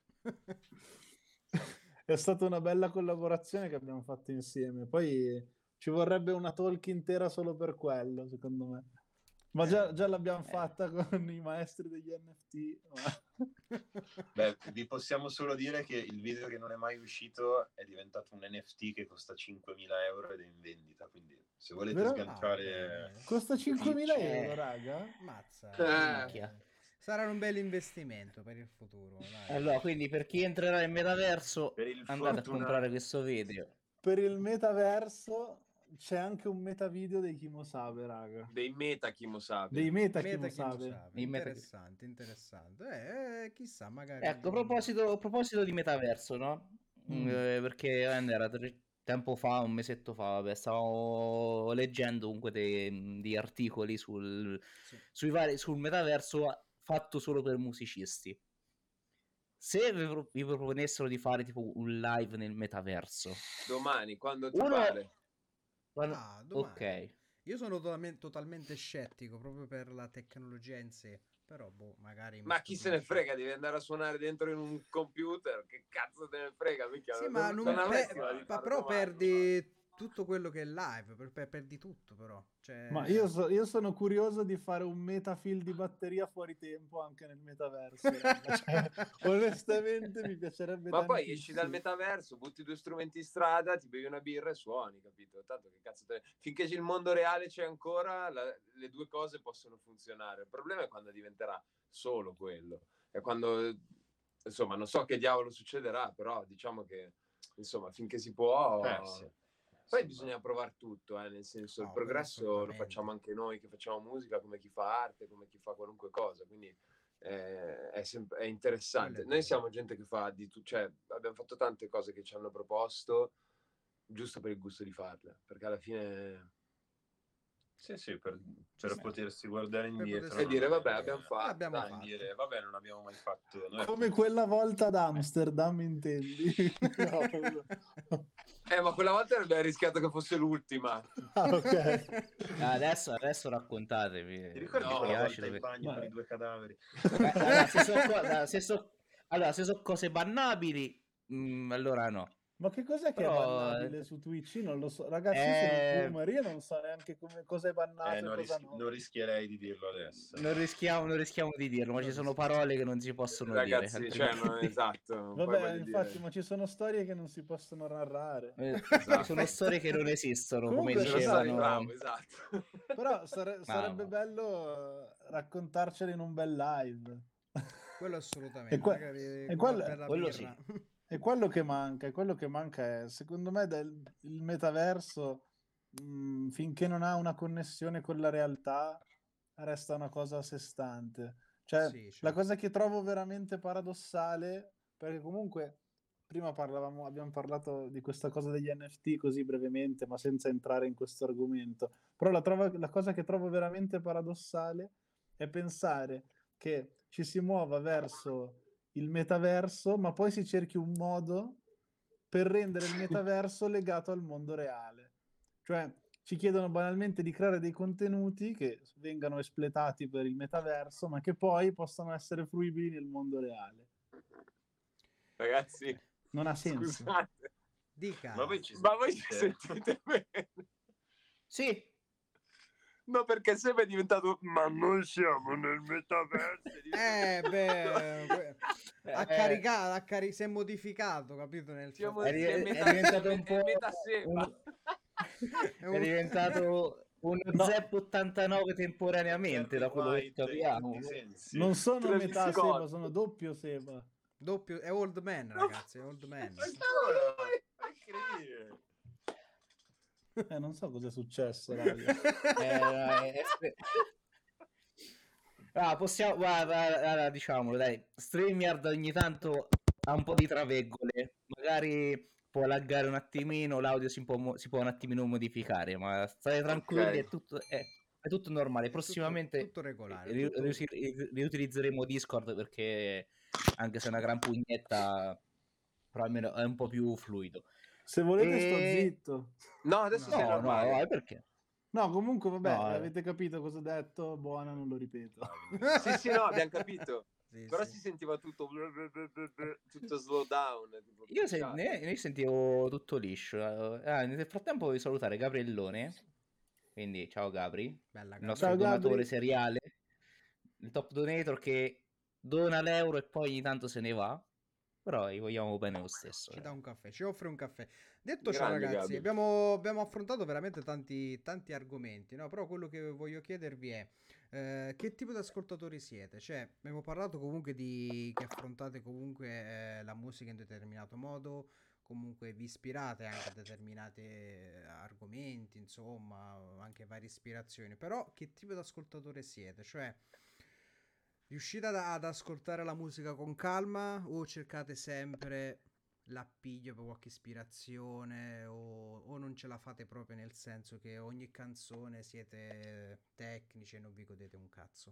è stata una bella collaborazione che abbiamo fatto insieme. Poi ci vorrebbe una talk intera solo per quello, secondo me. Ma già, già l'abbiamo Eh. fatta con i maestri degli N F T. ma- Beh, vi possiamo solo dire che il video che non è mai uscito è diventato un N F T che costa cinquemila euro ed è in vendita, quindi se volete Vero? sganciare... Ah, Costa cinquemila Twitch, euro, Eh. raga? Mazza. Eh. Minchia. Sarà un bel investimento per il futuro. Dai. Allora, quindi per chi entrerà nel metaverso, Per il andate a fortunato. comprare questo video. Per il metaverso c'è anche un metavideo dei Kimosabe, raga. Dei meta Kimosabe. Dei meta Meta Kimosabe. Kimosabe. I meta- Interessante, interessante. Eh, eh, chissà, magari. Ecco, a proposito, a proposito di metaverso, no? Mm. Eh, perché veramente era tre- tempo fa, un mesetto fa, vabbè, stavo leggendo comunque dei, degli articoli sul, Sì. sui vari, sul metaverso fatto solo per musicisti. Se vi, pro- vi proponessero di fare tipo un live nel metaverso, Domani, quando ti Uno- pare. quando- Ah, domani. ok, Io sono totalmente, totalmente scettico proprio per la tecnologia in sé. Però, boh, magari. mi Ma chi se ne stupisce. frega, devi andare a suonare dentro in un computer, che cazzo te ne frega, minchia, Sì, ma, non non pe- avresti la di ma fare però domani, perdi tutto quello che è live, per- per- perdi tutto però. Cioè... Ma io, so- io sono curioso di fare un metafil di batteria fuori tempo anche nel metaverso. raga. Cioè, onestamente mi piacerebbe ma poi tantissimo. esci dal metaverso, butti due strumenti in strada, ti bevi una birra e suoni, capito? Tanto che cazzo te... Finché il mondo reale c'è ancora, la- le due cose possono funzionare. Il problema è quando diventerà solo quello. È quando insomma, non so che diavolo succederà, però diciamo che, insomma, finché si può... Eh, sì. Poi Sì, bisogna provare tutto, eh, nel senso, No, il quello progresso lo assolutamente. facciamo anche noi che facciamo musica, come chi fa arte, come chi fa qualunque cosa, quindi eh, è, sem- è interessante. Quello è Noi vero. siamo gente che fa di tutto, cioè abbiamo fatto tante cose che ci hanno proposto giusto per il gusto di farle, perché alla fine... Sì, sì, per, per sta. potersi guardare indietro potersi E dire, non vabbè, avere- abbiamo fatto, L'abbiamo dai, fatto. dire, vabbè, non abbiamo mai fatto. Noi Come appunto- quella volta ad Amsterdam, intendi? No. Eh, ma quella volta abbiamo rischiato che fosse l'ultima. Ah, ok. Adesso, adesso raccontatevi. Ti ricordi No, quella dispiace, volta in dove- bagno Ma- con i due cadaveri? Beh, allora, se sono co- se so- allora, se so cose bannabili, mm, allora no. Ma che cos'è che è Però, bannabile su Twitch? Io non lo so. Ragazzi, io sono eh, un boomer, io non so neanche come, cosa è bannato Eh, e non, cosa rischi- no. non rischierei di dirlo adesso. non rischiamo, non rischiamo di dirlo, ma Non ci sono rischiamo. parole che non si possono Ragazzi, dire. cioè, altrimenti- no, esatto. Poi Vabbè, voglio infatti, dire... ma ci sono storie che non si possono narrare. Eh, Esatto. Sono storie che non esistono, Comunque, come Sono sai- stato dicevano. bravo, esatto. Però sare- sarebbe ma- bello eh, raccontarcele in un bel live. Quello assolutamente. E que- magari e con quello- una bella quello birra. È quello che manca, è quello che manca è, secondo me, del, il metaverso, mh, finché non ha una connessione con la realtà, resta una cosa a sé stante. Cioè, Sì, la certo. cosa che trovo veramente paradossale, perché comunque prima parlavamo, abbiamo parlato di questa cosa degli N F T così brevemente, ma senza entrare in questo argomento, però la, trovo- la cosa che trovo veramente paradossale è pensare che ci si muova verso il metaverso, ma poi si cerchi un modo per rendere il metaverso legato al mondo reale. Cioè, ci chiedono banalmente di creare dei contenuti che vengano espletati per il metaverso, ma che poi possano essere fruibili nel mondo reale. Ragazzi, Non ha senso. scusate, Dica. Ma voi ci ma voi ci sentite? sentite bene? Sì, No, perché Seba è diventato... Ma noi siamo nel metaverso. Eh, beh, que- ha eh, caricato, ha cari- si è modificato, capito? Nel Siamo, È frattempo. ri- è è meta, diventato è un me- è po' meta Seba. un- È è un- diventato uno No. Zep ottantanove temporaneamente, da quello che Barry White in capiamo. tutti i sensi. Non sono Travis metà Scott. Seba, sono doppio Seba. doppio, è old man, ragazzi, è old man. Ancora? È incredibile. Eh, non so cosa è successo, raga. Eh, è- è- Ah, possiamo, guarda, guarda, diciamolo, dai, StreamYard ogni tanto ha un po' di traveggole, magari può laggare un attimino, l'audio si può, mo- si può un attimino modificare, ma state tranquilli, Ok. è tutto, è, è tutto normale. È tutto- Prossimamente tutto regolare, ri- tutto- riusi- ri- riutilizzeremo Discord perché, anche se è una gran pugnetta, però almeno è un po' più fluido. Se volete sto E- zitto. No, adesso No, sei No, no, normale. no, perché? No, comunque, vabbè, No, eh. avete capito cosa ho detto, buona, non lo ripeto. Sì, sì, no, abbiamo capito. Sì, Però sì. si sentiva tutto tutto slow down. Tipo, Io, se- picciato. ne- ne sentivo tutto liscio. Ah, nel frattempo voglio salutare Gabriellone. Quindi, ciao Gabri, Bella il cara. nostro Ciao, donatore Gabri. seriale, il top donator che dona l'euro e poi ogni tanto se ne va. Però gli vogliamo bene lo stesso. Ci eh. dà un caffè, ci offre un caffè. Detto ciò, Grande ragazzi, Gabi. abbiamo, abbiamo affrontato veramente tanti, tanti argomenti, no? Però quello che voglio chiedervi è eh, che tipo di ascoltatori siete? Cioè, abbiamo parlato comunque di che affrontate comunque eh, la musica in determinato modo, comunque vi ispirate anche a determinati eh, argomenti, insomma, anche varie ispirazioni. Però che tipo di ascoltatore siete? Cioè, riuscite ad, ad ascoltare la musica con calma o cercate sempre l'appiglio per qualche ispirazione o, o non ce la fate proprio nel senso che ogni canzone siete tecnici e non vi godete un cazzo?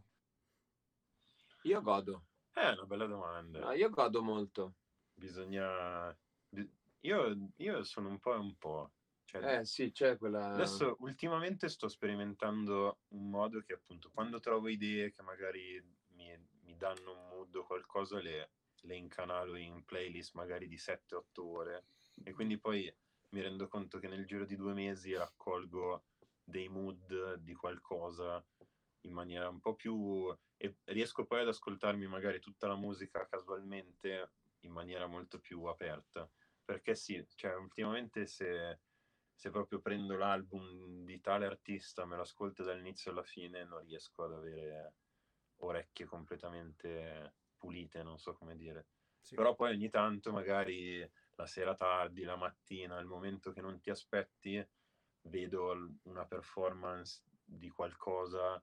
Io godo. È una bella domanda. No, io godo molto. Bisogna... bi- Io, io sono un po' e un po'. Cioè, Eh sì, c'è quella... adesso ultimamente sto sperimentando un modo che appunto quando trovo idee che magari mi, mi danno un mood o qualcosa le, le incanalo in playlist magari di sette otto ore e quindi poi mi rendo conto che nel giro di due mesi raccolgo dei mood di qualcosa in maniera un po' più... e riesco poi ad ascoltarmi magari tutta la musica casualmente in maniera molto più aperta. Perché sì, cioè ultimamente se, se proprio prendo l'album di tale artista, me lo ascolto dall'inizio alla fine, non riesco ad avere orecchie completamente pulite, non so come dire. Sì. Però poi ogni tanto magari la sera tardi, la mattina, il momento che non ti aspetti, vedo l- una performance di qualcosa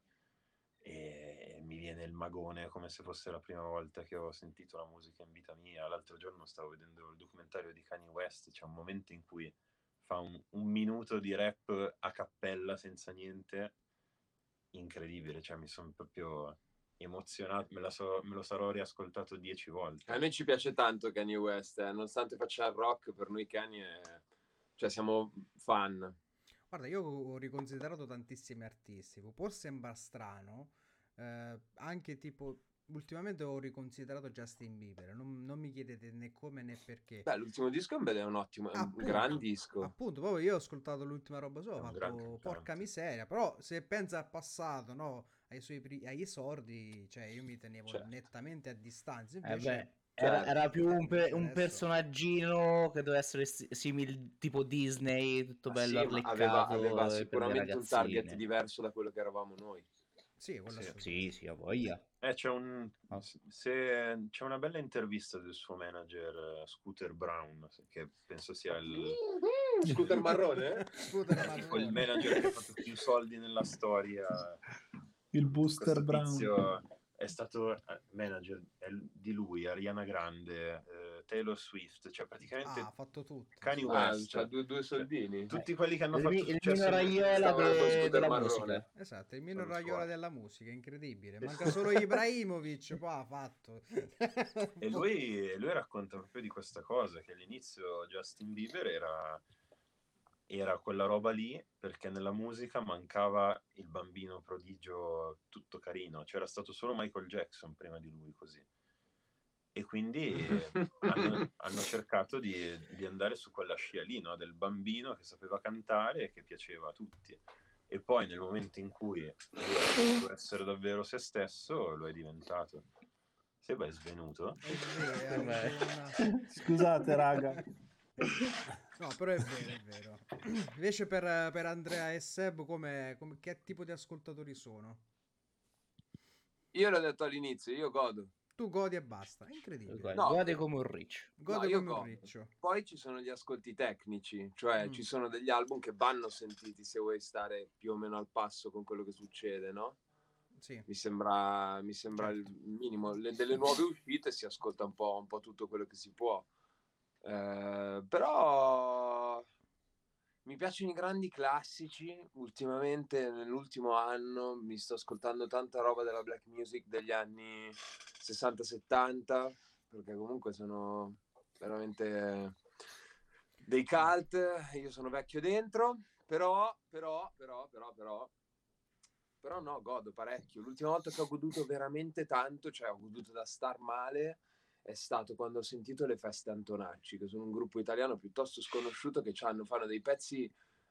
e mi viene il magone come se fosse la prima volta che ho sentito la musica in vita mia. L'altro giorno stavo vedendo il documentario di Kanye West, c'è un momento in cui fa un, un minuto di rap a cappella senza niente, incredibile, cioè mi sono proprio emozionato, me, la so- me lo sarò riascoltato dieci volte. A noi ci piace tanto Kanye West, eh. Nonostante faccia il rock, per noi Kanye è... cioè siamo fan. Guarda, io ho riconsiderato tantissimi artisti, può sembrare strano, eh, anche tipo, ultimamente ho riconsiderato Justin Bieber, non, non mi chiedete né come né perché. Beh, l'ultimo disco è un, bel- è un ottimo, è un Appunto, gran disco. appunto, proprio io ho ascoltato l'ultima roba sua, È ho un gran fatto cantante. porca miseria, però se pensa al passato, no, ai suoi pri- agli esordi, cioè io mi tenevo Certo. nettamente a distanza, Eh invece... beh, era, Certo. era più un, pe- invece un adesso- personaggino che doveva essere si- simile tipo Disney, tutto Ah, bello sì, ma aveva, arleccato aveva eh, per le sicuramente un target ragazzine. diverso da quello che eravamo noi. Sì, quello Sì. assolutamente. Sì, sì, ha voglia. Eh, c'è un Ah. se c'è una bella intervista del suo manager eh, Scooter Brown, che penso sia il Scooter marrone? Scooter tipo il marrone. manager che ha fatto più soldi nella storia. Il Booster Questo Brown. tizio è stato eh, manager è l- di lui, Ariana Grande, eh, Taylor Swift, cioè praticamente Ah, ha fatto tutto. Kanye sì. Ah, West, c'ha due, due cioè, soldini. tutti quelli che hanno Il, fatto mi- il successo Mino nel- Raiola stavano col de- scooter della marrone. musica. Esatto, il Mino Sono Raiola suoi. della musica, incredibile. Manca solo Ibrahimovic, qua ha fatto. E lui, lui racconta proprio di questa cosa, che all'inizio Justin Bieber era, era quella roba lì perché nella musica mancava il bambino prodigio tutto carino, c'era stato solo Michael Jackson prima di lui così. E quindi hanno, hanno cercato di, di andare su quella scia lì, no? Del bambino che sapeva cantare e che piaceva a tutti. E poi nel momento in cui lui ha potuto essere davvero se stesso, lo è diventato. Seba è svenuto. È vero, è Vabbè. vero, una- Scusate, raga. No, però è vero, è vero. Invece per, per Andrea e Seb, come, come- che tipo di ascoltatori sono? Io l'ho detto all'inizio, io godo. Tu godi e basta, è incredibile. No. Gode come un riccio. Gode No, io come un godo. riccio. Poi ci sono gli ascolti tecnici, cioè Mm. ci sono degli album che vanno sentiti se vuoi stare più o meno al passo con quello che succede, no? Sì. Mi sembra, mi sembra Certo. il minimo. Le, delle nuove uscite si ascolta un po', un po' tutto quello che si può. Eh, però mi piacciono i grandi classici. Ultimamente, nell'ultimo anno, mi sto ascoltando tanta roba della black music degli anni sessanta settanta, perché comunque sono veramente dei cult. Io sono vecchio dentro, però, però, però, però, però, però no, godo parecchio. L'ultima volta che ho goduto veramente tanto, cioè ho goduto da star male, è stato quando ho sentito le Feste Antonacci, che sono un gruppo italiano piuttosto sconosciuto che hanno, fanno dei pezzi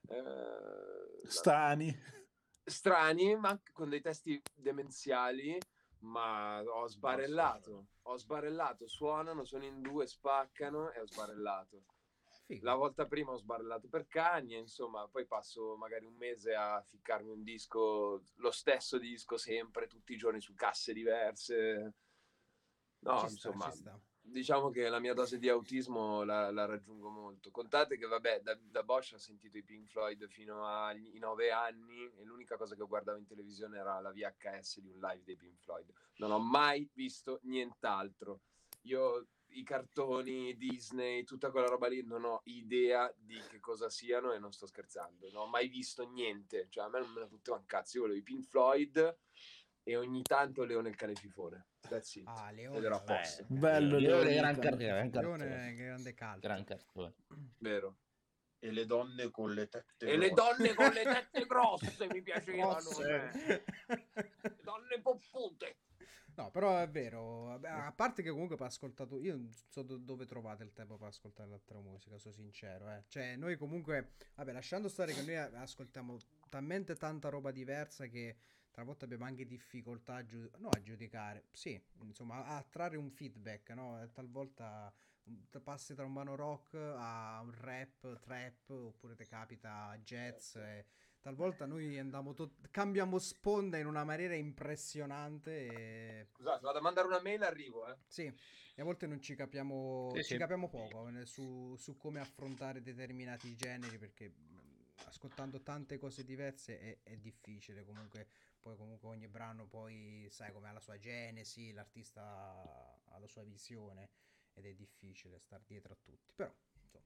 eh, Strani. strani, ma anche con dei testi demenziali, ma ho sbarellato, ho sbarellato, suonano, sono in due, spaccano e ho sbarellato. Figo. La volta prima ho sbarellato per Kanye, insomma, poi passo magari un mese a ficcarmi un disco, lo stesso disco sempre, tutti i giorni su casse diverse. No, Ci sta, insomma, ci sta. diciamo che la mia dose di autismo la, la raggiungo molto. Contate che, vabbè, da, da Bosch ho sentito i Pink Floyd fino ai nove anni e l'unica cosa che guardavo in televisione era la V H S di un live dei Pink Floyd. Non ho mai visto nient'altro. Io i cartoni, Disney, tutta quella roba lì, non ho idea di che cosa siano e non sto scherzando. Non ho mai visto niente. Cioè, a me non me ne fotteva un cazzo. Io volevo i Pink Floyd e ogni tanto Leone il cane fifone. That's it. Ah, Leone. Ed ero a vabbè, posto. Bello Leone, Leone, gran, il car- cane. gran Leone cartone. è grande caldo. Gran cartone. Vero. E le donne con le tette E le grosse. donne con le tette grosse mi piacevano. Grosse. a me. Le donne poppute. No, però è vero, vabbè, a parte che comunque per ascoltato, io non so do- dove trovate il tempo per ascoltare l'altra musica, sono sincero, eh. Cioè, noi comunque, vabbè, lasciando stare che noi a- ascoltiamo talmente tanta roba diversa che talvolta abbiamo anche difficoltà a, giu- no, a giudicare, sì, insomma, a, a trarre un feedback, no? E talvolta passi tra un vano rock a un rap, trap, oppure ti capita jazz. E talvolta noi andiamo tot- cambiamo sponda in una maniera impressionante. E... Scusate, vado a mandare una mail, arrivo, eh. Sì, e a volte non ci capiamo, Sì, ci sì. capiamo poco eh, su, su come affrontare determinati generi, perché mh, ascoltando tante cose diverse è, è difficile. Comunque, poi comunque ogni brano poi sai come ha la sua genesi, l'artista ha la sua visione ed è difficile star dietro a tutti. Però, insomma,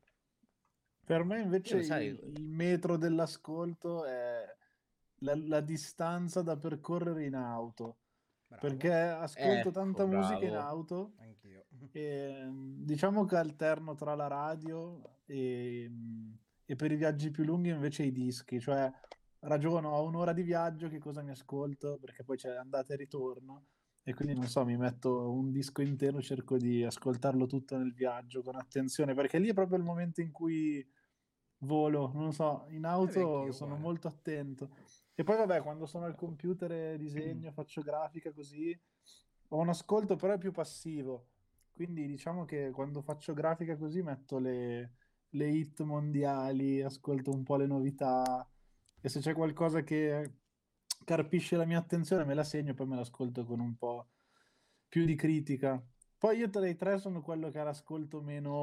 Per me invece Io, sai- il, il metro dell'ascolto è la, la distanza da percorrere in auto, bravo, perché ascolto Ecco, tanta musica in bravo. auto anch'io. e diciamo che alterno tra la radio e, e per i viaggi più lunghi invece i dischi, cioè ragiono a un'ora di viaggio che cosa mi ascolto, perché poi c'è andata e ritorno. E quindi non so, mi metto un disco intero, cerco di ascoltarlo tutto nel viaggio con attenzione, perché lì è proprio il momento in cui volo, non so, in Eh, auto anch'io, sono uguale. molto attento. E poi vabbè, quando sono al computer e disegno, faccio grafica così, ho un ascolto però è più passivo. Quindi diciamo che quando faccio grafica così metto le, le hit mondiali, ascolto un po' le novità e se c'è qualcosa che carpisce la mia attenzione me la segno e poi me l'ascolto con un po' più di critica. Poi io tra i tre sono quello che ha l'ascolto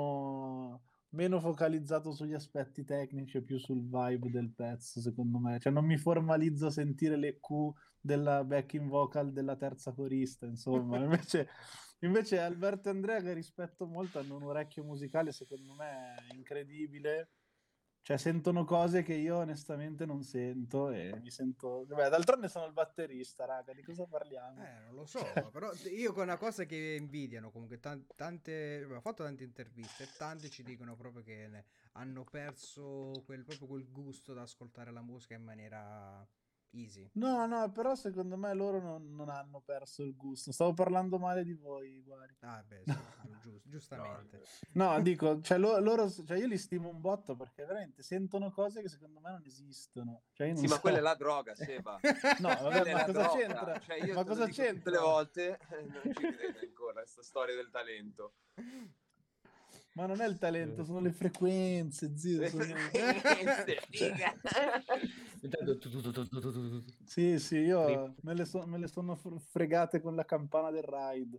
meno, meno focalizzato sugli aspetti tecnici e più sul vibe del pezzo, secondo me. Cioè non mi formalizzo a sentire le Q della backing vocal della terza corista, insomma. Invece, invece Alberto e Andrea, che rispetto molto, hanno un orecchio musicale, secondo me, incredibile. Cioè, sentono cose che io onestamente non sento e mi sento... Beh, d'altronde sono il batterista, raga, di cosa parliamo? Eh, non lo so, Cioè, però io con una cosa che invidiano comunque tan- tante, ho fatto tante interviste e tanti ci dicono proprio che ne- hanno perso quel, proprio quel gusto da ascoltare la musica in maniera easy. no, no, però secondo me loro non, non hanno perso il gusto. Stavo parlando male di voi, guardi. Ah, beh, sì, giu- gius- No, giustamente. No, dico, cioè, lo- loro, cioè io li stimo un botto perché veramente sentono cose che secondo me non esistono. Cioè io non Sì, ma so. quella è la droga, Seba. No, vabbè, Quella è ma la cosa droga. c'entra? Cioè, io Ma te lo cosa dico tutte c'entra? le volte, eh, non ci crede ancora, questa storia del talento. Ma non è il talento, sono le frequenze, zio. Le sono- frequenze, Cioè, figa. Intanto tu- tu- tu- tu- tu- tu- tu- tu- sì, sì, io me le, so- me le sono fr- fregate con la campana del ride.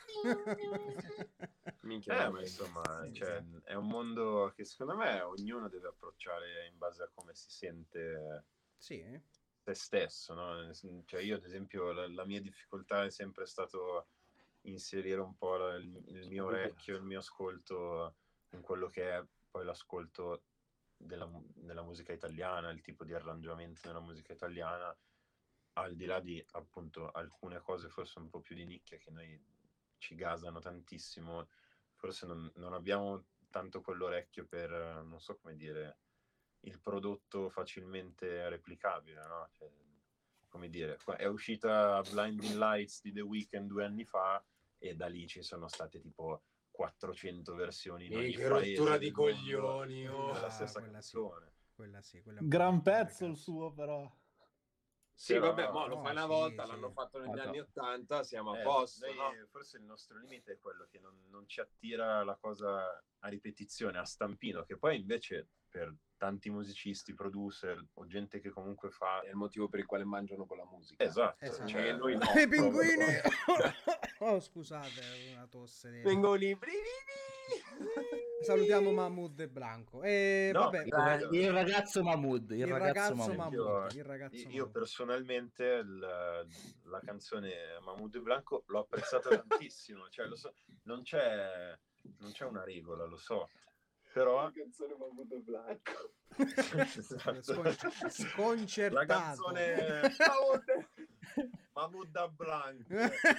Minchia, Eh, ma veramente. insomma, Sì, cioè, sì. è un mondo che secondo me ognuno deve approcciare in base a come si sente Sì, se stesso, no? Cioè, io ad esempio la, la mia difficoltà è sempre stato inserire un po' la- il, il mio orecchio, il mio ascolto in quello che è poi l'ascolto della, mu- della musica italiana, il tipo di arrangiamento della musica italiana, al di là di appunto alcune cose forse un po' più di nicchia che noi ci gasano tantissimo, forse non, non abbiamo tanto quell'orecchio per, eh, non so come dire, il prodotto facilmente replicabile, no? Cioè, come dire, qua- è uscita Blinding Lights di The Weeknd due anni fa e da lì ci sono state tipo quattrocento versioni in ogni Minchia, paese rottura del di mondo coglioni, oh. della Ah, stessa quella sì. canzone. quella sì, quella è un po' Gran rottura di pezzo il cazzo. suo, però. Sì, Però- vabbè, mo lo No, fai una sì, volta, sì. l'hanno fatto negli Guarda. anni ottanta, siamo a Eh, posto, noi- no? Forse il nostro limite è quello che non, non ci attira la cosa a ripetizione, a stampino, che poi invece per tanti musicisti, producer o gente che comunque fa... È il motivo per il quale mangiano con la musica. Esatto, Esatto. cioè, noi no. I pinguini! proprio. Oh, scusate, una tosse. di- Vengo lì, brividi! Salutiamo Mahmood e Blanco. E No, vabbè, io- Il, il ragazzo Mahmood. Il, il ragazzo, ragazzo Mahmood. Mahmood. io, Il ragazzo io Mahmood. personalmente il- la canzone Mahmood e Blanco l'ho apprezzata tantissimo, cioè, lo so, non, c'è, non c'è una regola, lo so, però... La canzone Mahmood e Blanco. Esatto. Sconcer- La sconcertato. canzone Mahmoud e Blanco.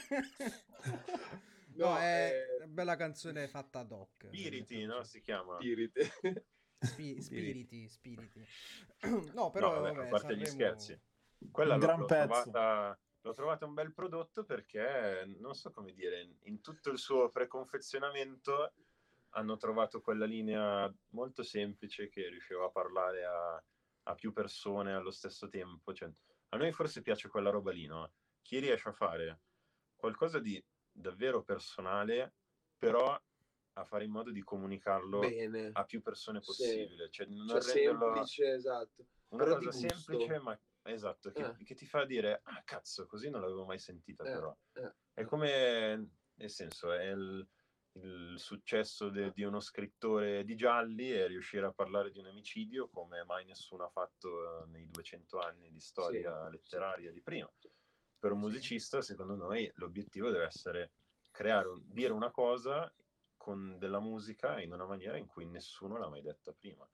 No, No, è eh, una bella canzone fatta ad hoc. Spiriti, no? Si chiama. Spirite. Spi- spiriti, spiriti. No, però No, vabbè, vabbè, a parte gli Sanremo- scherzi. Quella Un l'ho, gran l'ho pezzo. trovata, l'ho trovata un bel prodotto perché, non so come dire, in tutto il suo preconfezionamento hanno trovato quella linea molto semplice che riusciva a parlare a, a più persone allo stesso tempo. Cioè, a noi forse piace quella roba lì, no? Chi riesce a fare qualcosa di davvero personale, però a fare in modo di comunicarlo Bene. a più persone Sì. possibile, cioè non Cioè, renderlo semplice, esatto. una Però di cosa gusto. semplice, ma esatto, che, Eh. che ti fa dire, ah cazzo, così non l'avevo mai sentita Eh, però. eh, È eh. come, nel senso, è il, il successo de- di uno scrittore di gialli è riuscire a parlare di un omicidio come mai nessuno ha fatto eh, nei duecento anni di storia Sì, letteraria sì. di prima. Per un musicista, secondo noi, l'obiettivo deve essere creare un- dire una cosa con della musica in una maniera in cui nessuno l'ha mai detta prima.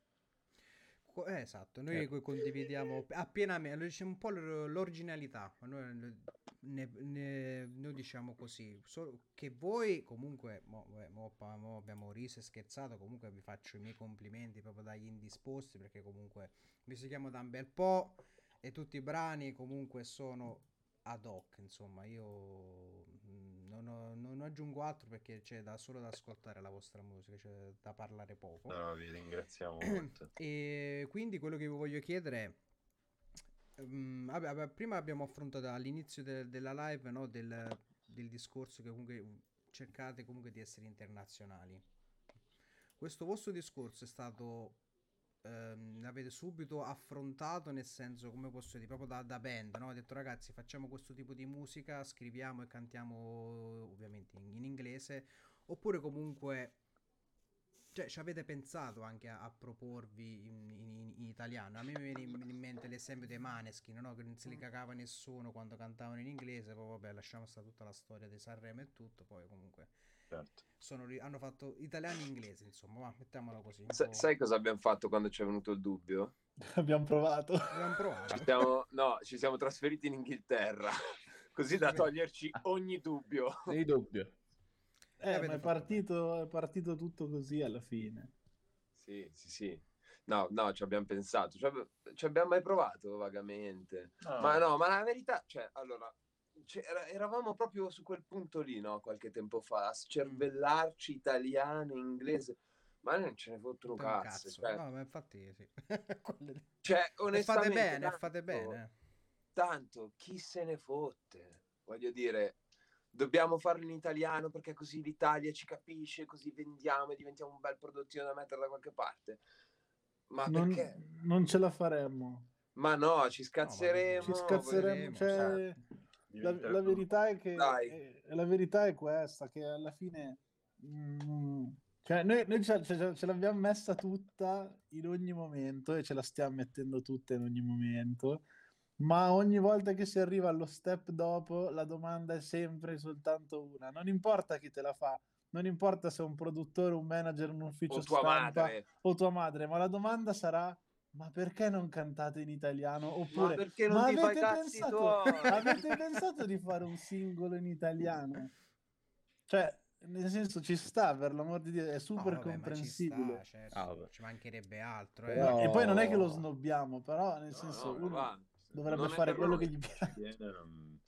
Co- eh, esatto, noi Eh. co- condividiamo appienamente, diciamo un po' l'or- l'originalità, ma noi, ne, ne- noi diciamo così, solo che voi comunque, mo, vabbè, mo pa- mo abbiamo riso e scherzato, comunque vi faccio i miei complimenti proprio dagli indisposti, perché comunque vi seguiamo da un bel po' e tutti i brani comunque sono ad hoc, insomma, io mm, non, ho- non aggiungo altro perché c'è da solo da ascoltare la vostra musica, c'è da parlare poco. No, vi ringraziamo molto. E quindi quello che vi voglio chiedere è, ehm, vabbè, vabbè, prima abbiamo affrontato all'inizio de- della live, no, del, del discorso che comunque cercate comunque di essere internazionali. Questo vostro discorso è stato, ehm, l'avete subito affrontato, nel senso, come posso dire, proprio da, da band, no? Avete detto ragazzi facciamo questo tipo di musica, scriviamo e cantiamo ovviamente in, in inglese, oppure comunque... Cioè, ci avete pensato anche a, a proporvi in, in- in italiano? A me mi viene in, in mente l'esempio dei Maneskin, no? Che non se li cagava nessuno quando cantavano in inglese, poi vabbè, lasciamo stare tutta la storia di Sanremo e tutto, poi comunque Certo. sono, ri- hanno fatto italiani e inglesi, insomma, va, mettiamola così, un Sa- po'... sai cosa abbiamo fatto quando ci è venuto il dubbio? Abbiamo provato. Abbiamo provato. Ci siamo, no, ci siamo trasferiti in Inghilterra, così da Sì. toglierci ogni dubbio. Nei dubbio. E Eh, avete ma è fatto partito, è partito tutto così alla fine. Sì, sì, sì. No, no, ci abbiamo pensato. Ci, abbi- ci abbiamo mai provato vagamente. No. Ma no, ma la verità, cioè, allora, cioè, era- eravamo proprio su quel punto lì, no? Qualche tempo fa, a scervellarci italiano, inglese. Ma noi non ce ne fottono un cazzo. cazzo. Cioè, No, ma infatti sì. Quelle- cioè, E fate onestamente, bene, tanto, fate bene. eh. tanto, chi se ne fotte? Voglio dire, dobbiamo farlo in italiano perché così l'Italia ci capisce, così vendiamo e diventiamo un bel prodottino da mettere da qualche parte. Ma Non, perché? non ce la faremmo. Ma no, ci No, scazzeremo. Ci ma scazzeremo. vedremo, Cioè, la, Diventerebbe la verità è che Dai. eh, la verità è questa, che alla fine mm, cioè noi, noi ce, ce- ce l'abbiamo messa tutta in ogni momento e ce la stiamo mettendo tutta in ogni momento, ma ogni volta che si arriva allo step dopo la domanda è sempre e soltanto una. Non importa chi te la fa, non importa se è un produttore, un manager, un ufficio O tua stampa madre. o tua madre, ma la domanda sarà: ma perché non cantate in italiano? Ma Oppure, perché non ma ti fai avete cazzi pensato, tuoi? avete pensato di fare un singolo in italiano? Cioè, nel senso, ci sta, per l'amor di Dio, è No, super vabbè, ma ci sta, comprensibile. certo. Ah, vabbè. Ci mancherebbe altro, Però- eh. E poi non è che lo snobbiamo, però nel No, senso, no, ma uno va. dovrebbe Non è fare per quello noi. che gli piace. viene, non-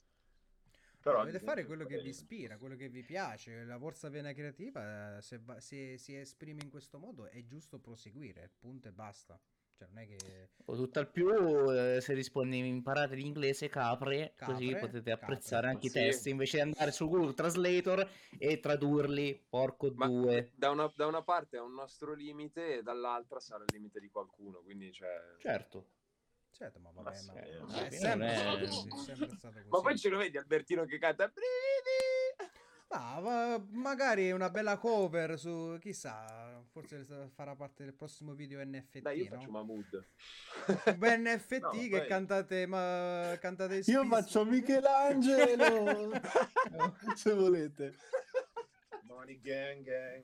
No, Però, dovete ad fare esempio, quello che vi poi- ispira, quello che vi piace. La vostra vena creativa, eh, se, va- se si esprime in questo modo, è giusto proseguire, punto e basta. Cioè, non è che... O tutt'al più, eh, se rispondi imparate l'inglese, capre, così Capre, potete apprezzare capre. anche i Sì. testi, invece di andare su Google Translator e tradurli, porco Ma due. da una, da una parte è un nostro limite e dall'altra sarà il limite di qualcuno. Quindi, cioè... Certo. Certo, ma Ma vabbè, sì, ma, eh, ma alla è fine sempre non stato è- così, è sempre stato così. Ma poi ce lo vedi Albertino che canta brividi? Ma, ma magari una bella cover su, chissà, forse farà parte del prossimo video N F T, Dai, io no? faccio Mahmood. Un bel N F T No, che poi- cantate, ma cantate Io spiss- faccio Michelangelo, se volete. Money gang gang.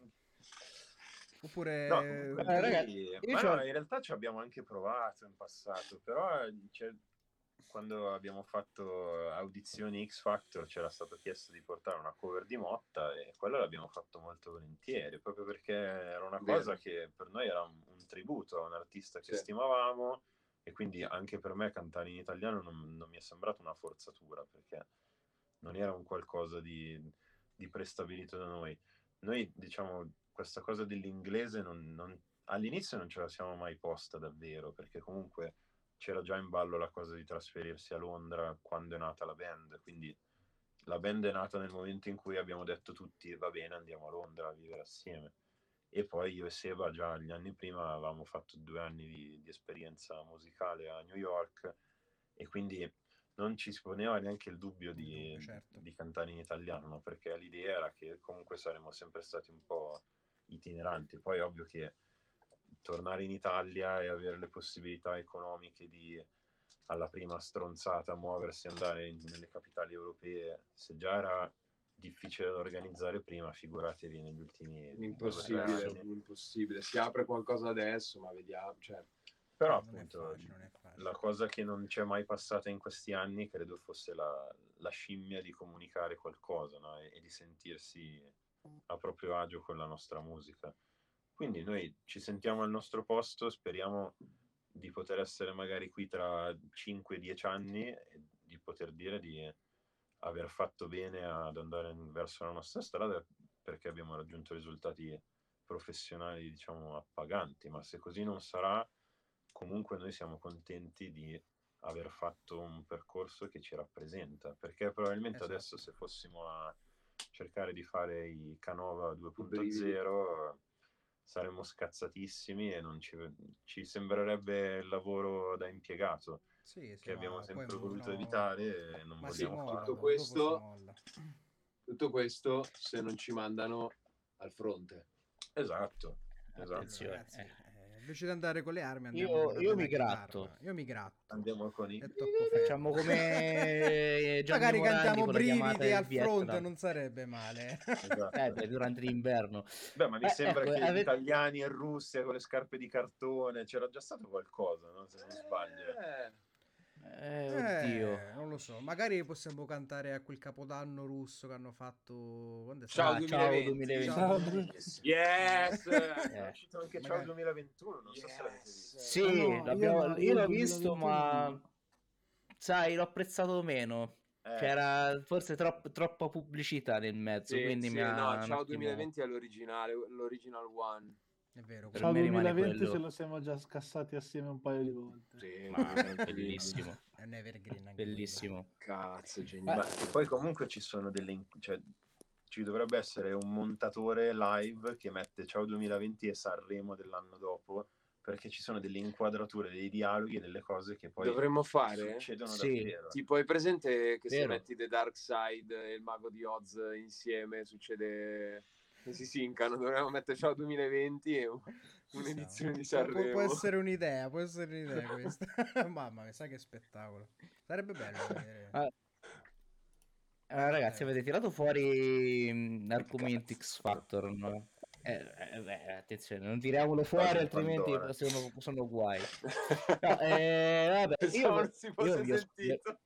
Oppure... No, comunque, Eh, ragazzi, noi- io ma c'ho- no, in realtà ci abbiamo anche provato in passato, però cioè, quando abbiamo fatto audizioni X Factor c'era stato chiesto di portare una cover di Motta e quello l'abbiamo fatto molto volentieri, proprio perché era una Vero. cosa che per noi era un, un tributo a un artista che Sì. stimavamo e quindi anche per me cantare in italiano non, non mi è sembrato una forzatura, perché non era un qualcosa di, di prestabilito da noi. Noi, diciamo, questa cosa dell'inglese non, non- all'inizio non ce la siamo mai posta davvero, perché comunque c'era già in ballo la cosa di trasferirsi a Londra quando è nata la band, quindi la band è nata nel momento in cui abbiamo detto tutti va bene, andiamo a Londra a vivere assieme. E poi io e Seba già gli anni prima avevamo fatto due anni di, di esperienza musicale a New York, e quindi non ci si poneva neanche il dubbio di, Il dubbio, certo. di cantare in italiano, perché l'idea era che comunque saremmo sempre stati un po' itineranti. Poi ovvio che tornare in Italia e avere le possibilità economiche di alla prima stronzata muoversi, andare in, nelle capitali europee, se già era difficile da organizzare prima, figuratevi negli ultimi Impossibile, anni. impossibile. Si apre qualcosa adesso, ma vediamo. Cioè. Però Non è appunto facile, non è facile. la cosa che non c'è mai passata in questi anni credo fosse la, la scimmia di comunicare qualcosa, no? e, e di sentirsi a proprio agio con la nostra musica. Quindi noi ci sentiamo al nostro posto, speriamo di poter essere magari qui tra cinque dieci anni e di poter dire di aver fatto bene ad andare verso la nostra strada, perché abbiamo raggiunto risultati professionali, diciamo, appaganti. Ma se così non sarà, comunque noi siamo contenti di aver fatto un percorso che ci rappresenta, perché probabilmente Esatto. adesso se fossimo a cercare di fare i Canova due punto zero saremmo scazzatissimi e non ci, ci sembrerebbe il lavoro da impiegato, Sì, sì, che abbiamo ma sempre poi voluto no, evitare e non ma si vogliamo molla, fare. Tutto dopo, questo- dopo si molla. Tutto questo se non ci mandano al fronte. Esatto, esatto. Attenzione, Ragazzi, eh. eh, invece di andare con le armi andiamo Io- con una io bella mi gratto. chitarra. Io mi gratto. Andiamo con i... E tocco ferro. Facciamo come Gianni Magari Morandi cantiamo con la chiamata brividi del al fronte, Vietnam. non sarebbe male. Esatto. Eh, beh, durante l'inverno. Beh, ma mi Eh, sembra ecco, che gli ave- italiani in Russia con le scarpe di cartone c'era già stato qualcosa, no? Se non sbaglio. Eh, Eh, oddio. Eh, non lo so, magari possiamo cantare a quel capodanno russo che hanno fatto. Quando è Ciao stato? Ah, ciao duemilaventi. Ciao, duemilaventi. Yes! È uscito anche Ciao Magari- duemilaventuno, non so se l'avete Yes. visto. Sì, Ah, no, io l'abbiamo- no, io, io l'ho il visto, ma duemilaventuno sai, l'ho apprezzato meno. Eh, C'era forse troppo- troppa pubblicità nel mezzo, Sì, quindi sì, mi ha no, un ciao attimo- duemilaventi è l'originale, l'original one. È vero, Per Ciao me rimane duemilaventi quello. ce lo siamo già scassati assieme un paio di volte. Sì, Ma tranquilli. bellissimo, è un evergreen anche bellissimo. Cazzo, Ma- geniale. Ma poi comunque ci sono delle... in- cioè, ci dovrebbe essere un montatore live che mette Ciao duemilaventi e Sanremo dell'anno dopo, perché ci sono delle inquadrature, dei dialoghi, delle cose che poi Dovremmo fare? succedono Sì. davvero. Tipo, hai presente che se Vero. metti The Dark Side e il Mago di Oz insieme succede... si sincano, dovremmo mettere Ciao duemilaventi e un- un'edizione di Può, Sanremo. può essere un'idea, può essere un'idea questa. Mamma mia, sai che spettacolo. Sarebbe bello vedere. Ah, eh, ragazzi, avete tirato fuori mh, argomenti X Factor, no? Eh, eh, beh, attenzione, non tiriamolo fuori, Cose di altrimenti Pandora. sono, sono guai. No, eh, vabbè, Pensavo io, non si fosse io vi ho- sentito.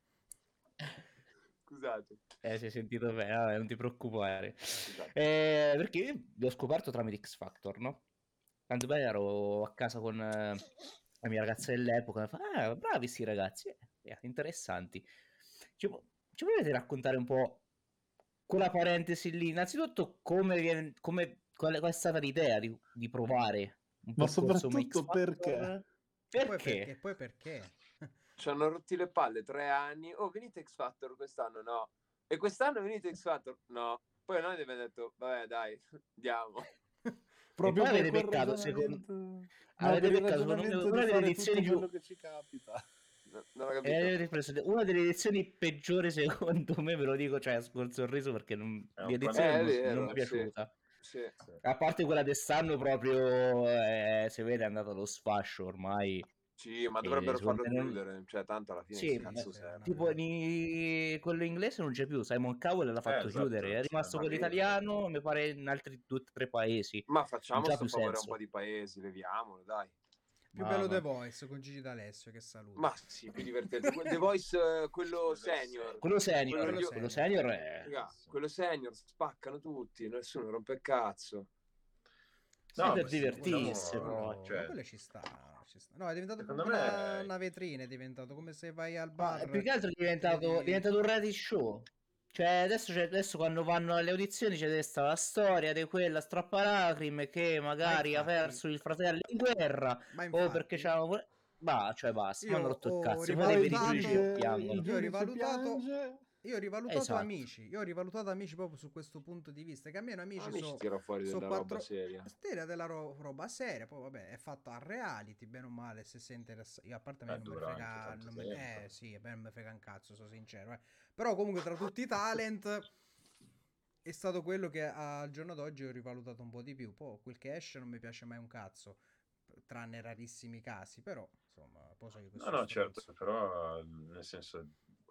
Scusate. Eh, si è sentito bene, vabbè, non ti preoccupare. Scusate. Eh, perché io vi ho scoperto tramite X Factor, no? Tanto bene, ero a casa con eh, la mia ragazza dell'epoca, mi fa, ah, bravi sti ragazzi, eh, eh, interessanti. Ci, vo- ci volete raccontare un po' quella parentesi lì? Innanzitutto, come, viene, come qual, è, qual è stata l'idea di, di provare un Ma percorso come X soprattutto Factor? perché? Poi Perché? perché? Poi perché? Ci hanno rotti le palle tre anni. Oh, venite X Factor quest'anno? No. E quest'anno venite X Factor? No. Poi noi abbiamo detto, vabbè dai, andiamo. Proprio poi per avete quel beccato, ragionamento... No, avete per il beccato secondo me, ragionamento una di delle fare edizioni tutto più... quello che ci capita. No, non ho E capito. avete preso una delle edizioni peggiori secondo me, ve lo dico, cioè col sorriso perché non, È un l'edizione Eh, è non, vero, non mi è sì. piaciuta. Sì. A parte quella d'est'anno proprio, eh, si vede, è andato allo sfascio ormai. Sì, ma E dovrebbero farlo secondo me non- chiudere. Cioè, tanto alla fine Sì, che ma- cazzo sì, serve? no. Tipo di... quello inglese non c'è più, Simon Cowell l'ha fatto Eh, esatto, chiudere, è rimasto eh, quello ma- italiano, mi pare in altri due o tre paesi. Ma Non facciamo c'ha sto più favore a un senso. po' di paesi, leviamolo, dai. Più Mamma. bello The Voice con Gigi D'Alessio che saluta. Ma sì, più divertente. The Voice, eh, quello Sì, sì, senior. Quello senior, Quello quello, io- senior è... Raga, quello senior spaccano tutti, nessuno rompe il cazzo. Sì, No, per ma sì, divertirsi, diciamo, poi. Quello, cioè- quello ci sta, ci sta. No, è diventato Secondo proprio me- una, una vetrina, è diventato come se vai al Ma bar. più che altro è diventato, vedi- è diventato un reality show. Cioè, adesso, c'è- adesso quando vanno alle audizioni c'è questa la storia di quella strappalacrime che magari ha infatti- perso il fratello in guerra Ma o infatti, perché c'aveva... Bah, cioè basta, mi io hanno rotto il ho cazzo. rivalutato- Fate per i il giudici giudice, che piangono. il Io ho giudice rivalutato- piange. Io ho rivalutato Esatto. Amici, io ho rivalutato Amici proprio su questo punto di vista, che almeno Amici, Amici so, tira fuori so della quattro... roba seria. Stile della ro- roba seria, poi vabbè è fatto a reality, bene o male, se sei interessato. Io a parte me Eh, non me dura frega, anche tanto non me- tempo. eh sì, a me non me frega un cazzo, sono sincero, eh. Però comunque tra tutti i talent è stato quello che al giorno d'oggi ho rivalutato un po' di più. Poi quel che esce non mi piace mai un cazzo, tranne rarissimi casi, però insomma, poi so io che No, sono no, certo, stronzo. però nel senso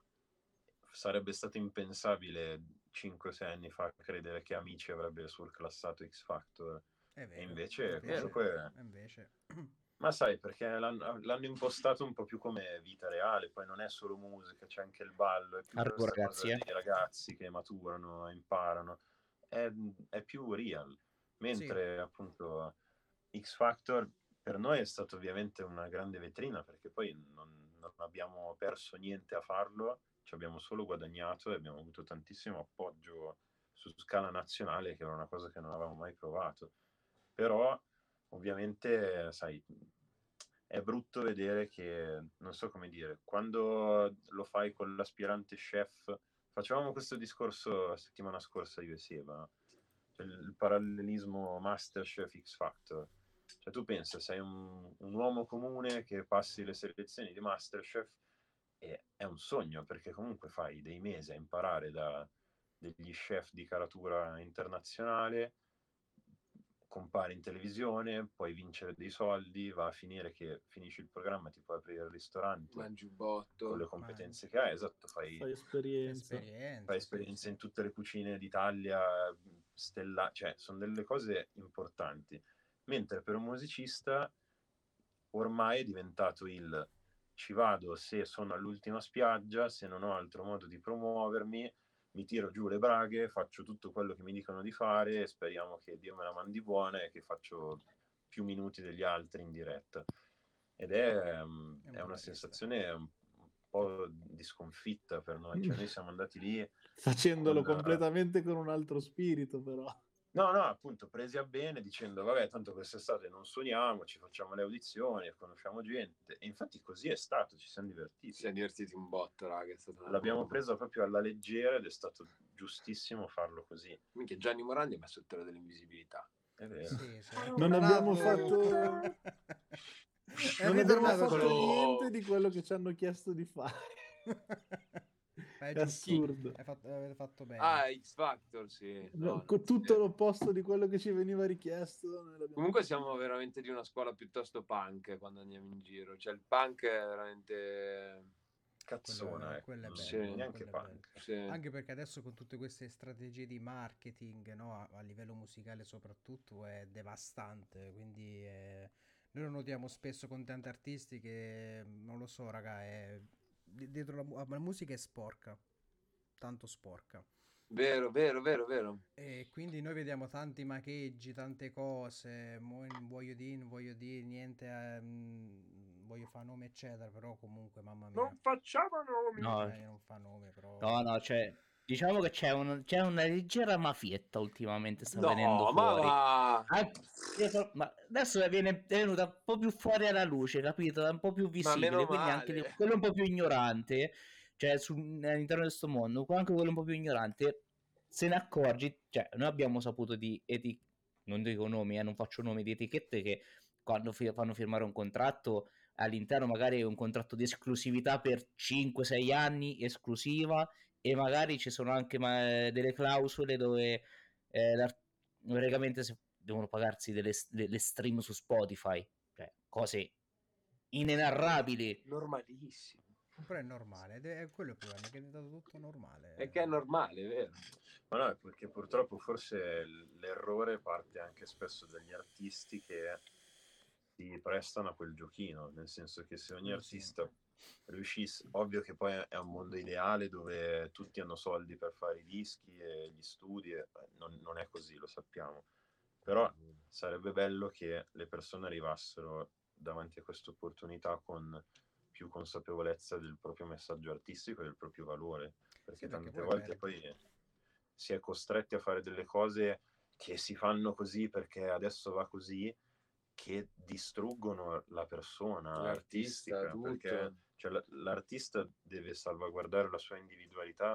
sarebbe stato impensabile cinque sei anni fa credere che Amici avrebbe surclassato X Factor. È E vero, invece invece, comunque... invece... Ma sai, perché l'hanno, l'hanno impostato un po' più come vita reale, poi non è solo musica, c'è anche il ballo, è più Arrivo, questa ragazzi, cosa eh. dei ragazzi che maturano, imparano, è, è più real. Sì, Mentre appunto X Factor per noi è stato ovviamente una grande vetrina, perché poi non, non abbiamo perso niente a farlo, ci abbiamo solo guadagnato e abbiamo avuto tantissimo appoggio su scala nazionale, che era una cosa che non avevamo mai provato. Però ovviamente, sai, è brutto vedere che, non so come dire, quando lo fai con l'aspirante chef, facevamo questo discorso la settimana scorsa io e Seba, no? Cioè, il parallelismo Masterchef X Factor. Cioè tu pensa, sei un, un uomo comune che passi le selezioni di Masterchef e è un sogno, perché comunque fai dei mesi a imparare da degli chef di caratura internazionale, compari in televisione, puoi vincere dei soldi, va a finire che finisci il programma, ti puoi aprire il ristorante Mangi un con botto. le competenze che hai, esatto, fai, Fai esperienza. esperienza, fai sì, esperienza sì. in tutte le cucine d'Italia, stella, cioè sono delle cose importanti. Mentre per un musicista ormai è diventato il ci vado se sono all'ultima spiaggia, se non ho altro modo di promuovermi, mi tiro giù le braghe, faccio tutto quello che mi dicono di fare e speriamo che Dio me la mandi buona e che faccio più minuti degli altri in diretta. Ed è, um, È un è po' una triste. sensazione un, un po' di sconfitta per noi. Cioè, noi siamo andati lì Facendolo con, completamente con un altro spirito, però. no, no, appunto, presi a bene dicendo, vabbè, tanto quest'estate non suoniamo, ci facciamo le audizioni, conosciamo gente. E infatti così è stato, ci siamo divertiti. Si è divertiti un botto, raga. È stata una L'abbiamo bomba. preso proprio alla leggera ed è stato giustissimo farlo così. Minchia, Gianni Morandi ha messo il telo dell'invisibilità. È vero. Sì, sì. Non Tra abbiamo l'altro- fatto... È non abbiamo ritornato fatto Gianni. niente di quello che ci hanno chiesto di fare. È È giusto. assurdo. Hai fatto, avete fatto bene. Ah, X Factor, sì. No, No, non con si tutto vede. l'opposto di quello che ci veniva richiesto. noi l'abbiamo Comunque fatto. siamo veramente di una scuola piuttosto punk quando andiamo in giro. Cioè il punk è veramente... Cazzona, Quello, ecco. quello è non- Sì. bello, neanche quello è bello. punk. Sì. Anche perché adesso con tutte queste strategie di marketing, no, a, a livello musicale soprattutto, è devastante. Quindi eh, noi lo notiamo spesso con tanti artisti che, non lo so, raga, è, di- dietro la, mu- la musica è sporca, tanto sporca. Vero, vero, vero, vero. E quindi noi vediamo tanti macheggi, tante cose, mo non voglio dire, non voglio dire niente, ehm, voglio fare nome eccetera, però comunque mamma mia, Non facciamo nomi. No, eh, non fa nome, però... no, no, cioè, diciamo che c'è, un- c'è una leggera mafietta ultimamente, sta venendo No, ma fuori. va. Anche- ma adesso viene, è venuta un po' più fuori alla luce, capito? È un po' più Ma visibile, meno quindi anche lì- male. quello un po' più ignorante, cioè su- all'interno di questo mondo, anche quello un po' più ignorante, se ne accorgi, cioè noi abbiamo saputo di eti- non dico nomi, eh, non faccio nomi di etichette che quando fi- fanno firmare un contratto all'interno magari è un contratto di esclusività per cinque sei anni, esclusiva, e magari ci sono anche ma, delle clausole dove eh, l'art- praticamente se devono pagarsi delle, delle stream su Spotify, cioè cose inenarrabili. Normalissimo. Però è normale, ed è quello il problema, che è diventato tutto normale. È che è normale, vero? Ma no, è perché purtroppo forse l'errore parte anche spesso dagli artisti che si prestano a quel giochino, nel senso che se ogni Quello sì. artista riuscisse, ovvio che poi è un mondo ideale dove tutti hanno soldi per fare i dischi e gli studi, e non, non è così, lo sappiamo, però sarebbe bello che le persone arrivassero davanti a questa opportunità con più consapevolezza del proprio messaggio artistico e del proprio valore, perché Sì, perché tante poi volte per... poi si è costretti a fare delle cose che si fanno così perché adesso va così, che distruggono la persona L'artista, artistica, tutto. perché cioè, l'artista deve salvaguardare la sua individualità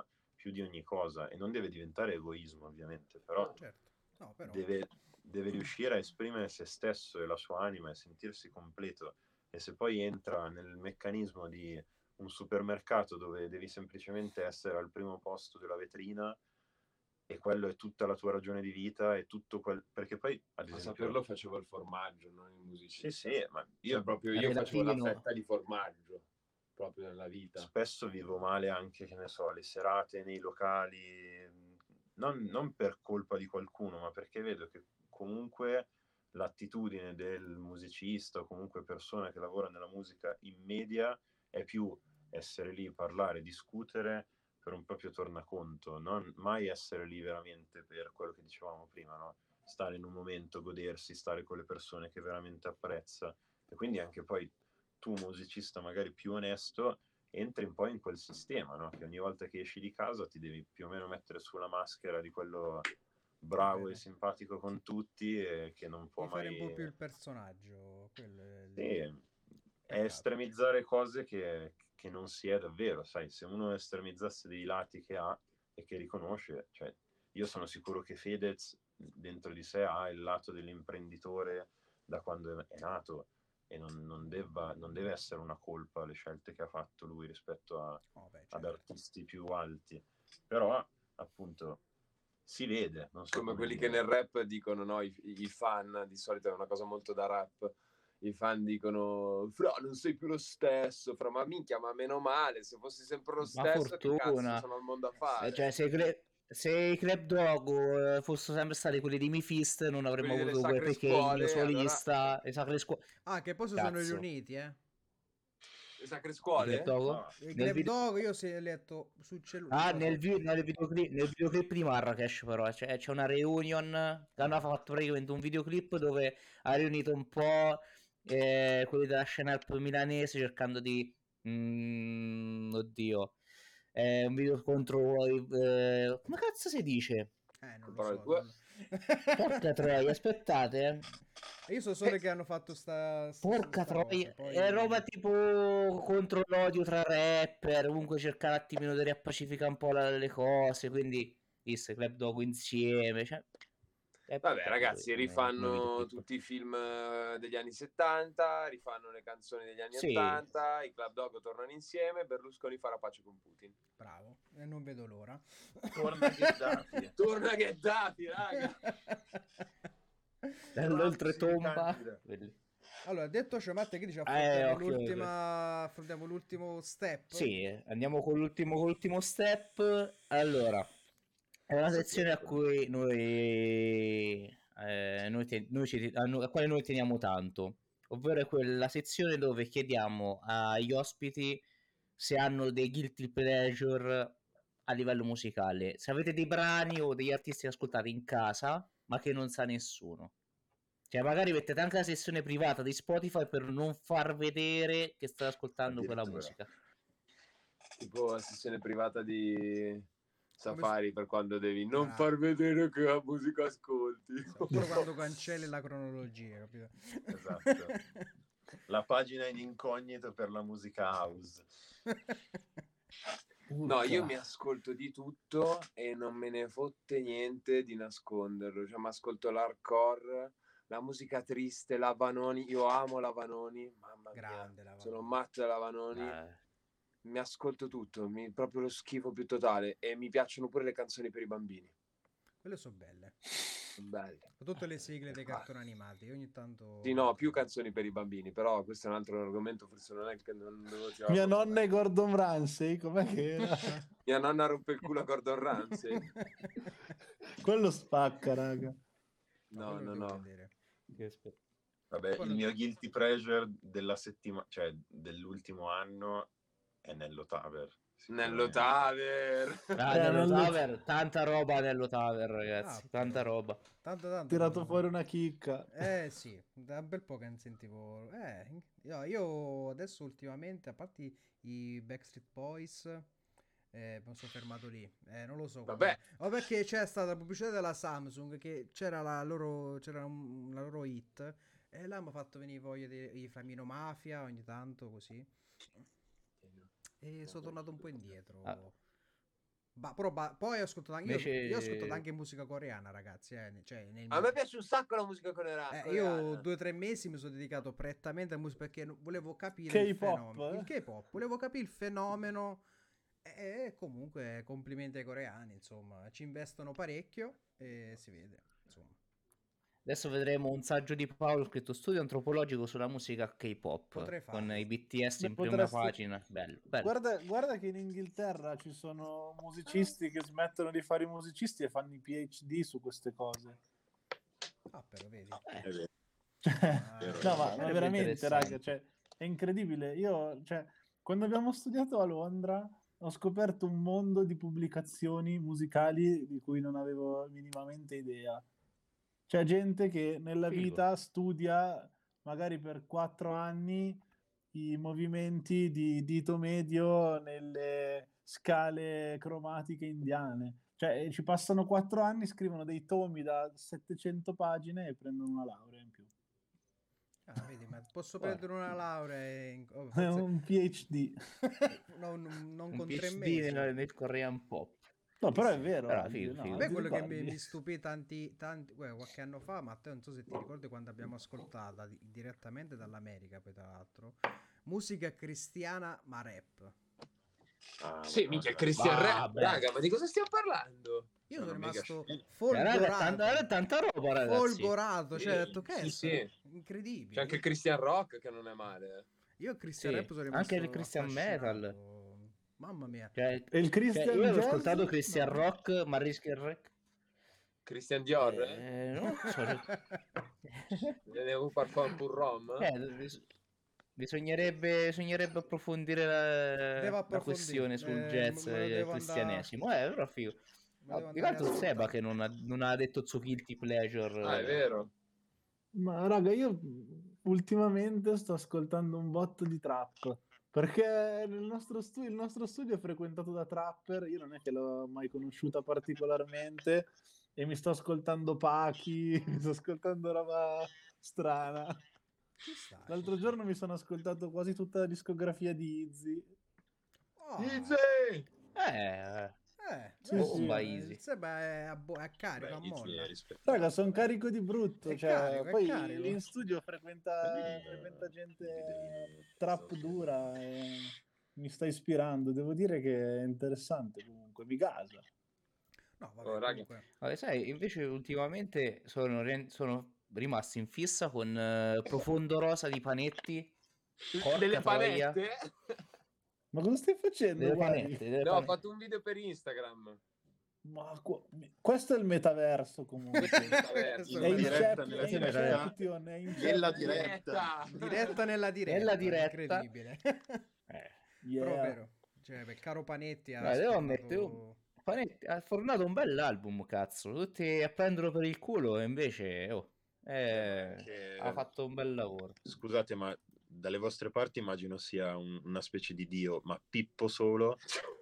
più di ogni cosa, e non deve diventare egoismo ovviamente, però, No, certo. No, però... deve, deve riuscire a esprimere se stesso e la sua anima e sentirsi completo. E se poi entra nel meccanismo di un supermercato dove devi semplicemente essere al primo posto della vetrina, e quello è tutta la tua ragione di vita, e tutto quel... perché poi ad A esempio saperlo facevo il formaggio, non il musicista. sì sì, ma Io io proprio io facevo la Relatino. fetta di formaggio proprio nella vita. spesso vivo male anche, che ne so, le serate nei locali, non, non per colpa di qualcuno, ma perché vedo che comunque l'attitudine del musicista o comunque persona che lavora nella musica in media è più essere lì, parlare, discutere per un proprio tornaconto, non mai essere lì veramente per quello che dicevamo prima, no? Stare in un momento, godersi, stare con le persone che veramente apprezza. E quindi anche poi tu, musicista magari più onesto, entri un po' in quel sistema, no? Che ogni volta che esci di casa ti devi più o meno mettere sulla maschera di quello bravo e simpatico con tutti, e che non può Devi fare un po' mai... più il personaggio. Quello è il... Sì, è Peccato. estremizzare cose che, che non si è davvero, sai, se uno estremizzasse dei lati che ha e che riconosce, cioè io sono sicuro che Fedez dentro di sé ha il lato dell'imprenditore da quando è nato, e non, non, debba, non deve essere una colpa le scelte che ha fatto lui rispetto a, Oh, beh, ad certo. artisti più alti, però appunto si vede, non so Come come quelli dire. che nel rap dicono, no, i, i fan, di solito è una cosa molto da rap, i fan dicono, Fra, non sei più lo stesso, Fra, ma minchia, ma meno male, se fossi sempre lo Ma stesso, che cazzo fortuna. sono al mondo a Eh, fare? cioè, se, Cre- se i Club Dogo eh, fossero sempre stati quelli di Mifist, non avremmo Quelli delle avuto quel sacre Pechegno scuole, allora, solista, le sacre scuole. Ah, che poi si sono Cazzo. riuniti, eh. le sacre I Club scuole? Dogo? No, Il Nel Gleb video... Dog io si è letto sul cellulare. Ah, Non so nel, se... vi- nel videoclip, nel videoclip di Marrakesh però c'è, c'è una reunion che hanno fatto praticamente un videoclip dove ha riunito un po' eh, quelli della scena rap milanese cercando di... mm, oddio. È un video contro... i- eh, come cazzo si dice? Eh, non Con lo parole so. tue? non- Porca troia, aspettate. eh. Io so solo che hanno fatto sta, sta, Porca sta cosa. troia, Poi... è roba tipo contro l'odio tra rapper, comunque cercare un attimino di riappacificare un po' la- le cose, quindi visto Club Dogo insieme, cioè, è Vabbè, bello ragazzi, come, come rifanno videoclip. tutti i film eh, degli anni settanta, rifanno le canzoni degli anni Sì. ottanta, i Club Dog tornano insieme, Berlusconi farà pace con Putin. Bravo, e non vedo l'ora. Torna Gheddafi. Torna Gheddafi, raga! Dall'oltretomba. Allora, detto ciò, Matte, che dici? Eh, Affrontiamo, occhio, l'ultima... affrontiamo l'ultimo step? Sì, andiamo con l'ultimo, con l'ultimo step. Allora, è una sezione a cui noi, eh, noi, te- noi ci, a, noi- a quale noi teniamo tanto, ovvero è quella sezione dove chiediamo agli ospiti se hanno dei guilty pleasure a livello musicale, se avete dei brani o degli artisti che ascoltate in casa ma che non sa nessuno. Cioè, magari mettete anche la sessione privata di Spotify per non far vedere che state ascoltando quella Addirittura. musica. Tipo la sessione privata di Safari per quando devi non Ah. far vedere che la musica ascolti. Oppure quando cancelli la cronologia, capito? Esatto. La pagina in incognito per la musica house. No, io mi ascolto di tutto e non me ne fotte niente di nasconderlo. Cioè, mi ascolto l'hardcore, la musica triste, la Vanoni. Io amo la Vanoni, mamma mia. Grande la Vanoni. Sono matto della Vanoni. Eh. Mi ascolto tutto, mi, proprio lo schifo più totale. E mi piacciono pure le canzoni per i bambini. Quelle sono belle. Sono belle. Tutte le sigle dei cartoni animati, ogni tanto... Sì, no, più canzoni per i bambini, però questo è un altro argomento, forse non è che non devo tirare. Mia nonna è Gordon Ramsay, com'è che era? Mia nonna rompe il culo a Gordon Ramsay. Quello spacca, raga. No, no, no. Vedere. Vabbè, Quello- il mio guilty pleasure della settimana, cioè dell'ultimo anno, è Nello Taver. Nello sicuramente. Taver. Ah, Eh, nello nello- Taver, tanta roba nello Taver, ragazzi, Ah, tanta però. roba. Tanto, tanto. Tirato non- fuori una chicca. Eh sì, da un bel po' che non sentivo. Eh, io, io adesso ultimamente, a parte i Backstreet Boys, eh, mi sono fermato lì. Eh, non lo so. Vabbè. Oh, perché c'è stata la pubblicità della Samsung che c'era la loro, c'era un- la loro hit. E là mi ha fatto venire voglia di Flamino Mafia ogni tanto così. E sono tornato un po' indietro. Ah. Ba- però ba- poi ho ascoltato anche, Invece- io, io ho ascoltato anche musica coreana, ragazzi. Eh, cioè, nel A mio- me piace un sacco la musica coreana. Eh, coreana. io due o tre mesi mi sono dedicato prettamente a musica perché no- volevo capire il K-pop, fenomeno. eh? Il K-pop, volevo capire il fenomeno. E comunque complimenti ai coreani, insomma, ci investono parecchio e si vede, insomma. Adesso vedremo un saggio di Paolo scritto studio antropologico sulla musica K-pop Potrei con farlo. i B T S Beh, in prima potresti- pagina. Bello, bello. Guarda, guarda che in Inghilterra ci sono musicisti che smettono di fare i musicisti e fanno i PhD su queste cose. Ah, però vedi. Eh, È vero. Ah, No, ma, ma sarebbe veramente, interessante. raga, cioè, è incredibile. Io, cioè, quando abbiamo studiato a Londra, ho scoperto un mondo di pubblicazioni musicali di cui non avevo minimamente idea. C'è gente che nella Figo. vita studia magari per quattro anni i movimenti di dito medio nelle scale cromatiche indiane. Cioè, ci passano quattro anni, scrivono dei tomi da settecento pagine e prendono una laurea in più. Ah, vedi, ma posso Guarda. prendere una laurea in... oh, È forse- un PhD. non, non Un con tre PhD mesi. nel, nel Korean Pop. No, però Sì, è sì. vero. Però, Albi, figo, no, figo. A non me ti quello che mi, ricordi? mi stupì tanti, tanti beh, qualche anno fa, Matteo, non so se ti ricordi quando abbiamo ascoltato di- direttamente dall'America, poi tra l'altro, musica cristiana ma rap. Ah, Sì, Madonna. minchia, Christian Ah, Rap, beh. raga, ma di cosa stiamo parlando? Io Sono sono mega rimasto figo. Eh, raga, è tanta, folgorato. è tanta roba, ragazzi. Folgorato, cioè, Sì, ho detto, che sì, è sì. sta- incredibile. C'è anche il Christian Rock che non è male. eh. Io il Christian Sì, rap sono rimasto anche il Christian affascinato. metal. Mamma mia. Cioè, E il cioè, Christian io ho Jazz? ascoltato Christian No. Rock, ma rischia il rec. Christian Dior, eh? Eh, non so. Devo parfum pour Rome. Eh, bis- bisognerebbe, bisognerebbe approfondire la, Devo la approfondire, questione sul eh, jazz me lo e il devo cristianesimo. Eh, però figo. Me lo No, devo più che andare a altro Seba ascoltare. che non ha, non ha detto il suo guilty pleasure. Ah, è vero. Ma raga, io ultimamente sto ascoltando un botto di trap. Perché nel nostro studio, il nostro studio è frequentato da trapper, io non è che l'ho mai conosciuta particolarmente e mi sto ascoltando Pachi, mi sto ascoltando roba strana. Ci sta, ci L'altro sta. giorno mi sono ascoltato quasi tutta la discografia di Izzy. Oh, Easy! Eh, eh, Sì, eh, sì. bomba eh, easy. Seba è a, bo- è a carico, Beh, a Izzy molla. è rispettato. Raga, sono carico di brutto, È cioè, carico, è poi carico. lì in studio frequenta, Eh, frequenta gente devi- trap stavo dura e mi sta ispirando. Devo dire che è interessante comunque, mi gasa. No, vabbè, Oh, raga. comunque. Vabbè, sai, invece ultimamente sono, re- sono rimasto in fissa con eh, Profondo Rosa di Panetti. Porca Delle troia. panette? Ma cosa stai facendo, Delle Guai? panette, delle No, ho panette. fatto un video per Instagram. Ma qua- questo è il metaverso comunque. Questo è il metaverso. È In diretta, Incep- nella è diretta. Inception, è Inception. Nella diretta. Diretta nella diretta. Nella diretta. Incredibile. Eh. Yeah. Però vero. Cioè, beh, caro Panetti ha Dai, devo sfornato- ammettere, oh, Panetti ha fornato un bell'album, cazzo. Tutti a prenderlo per il culo e invece oh, eh, Che- ha fatto un bel lavoro. Scusate, ma dalle vostre parti immagino sia un- una specie di dio, ma Pippo solo.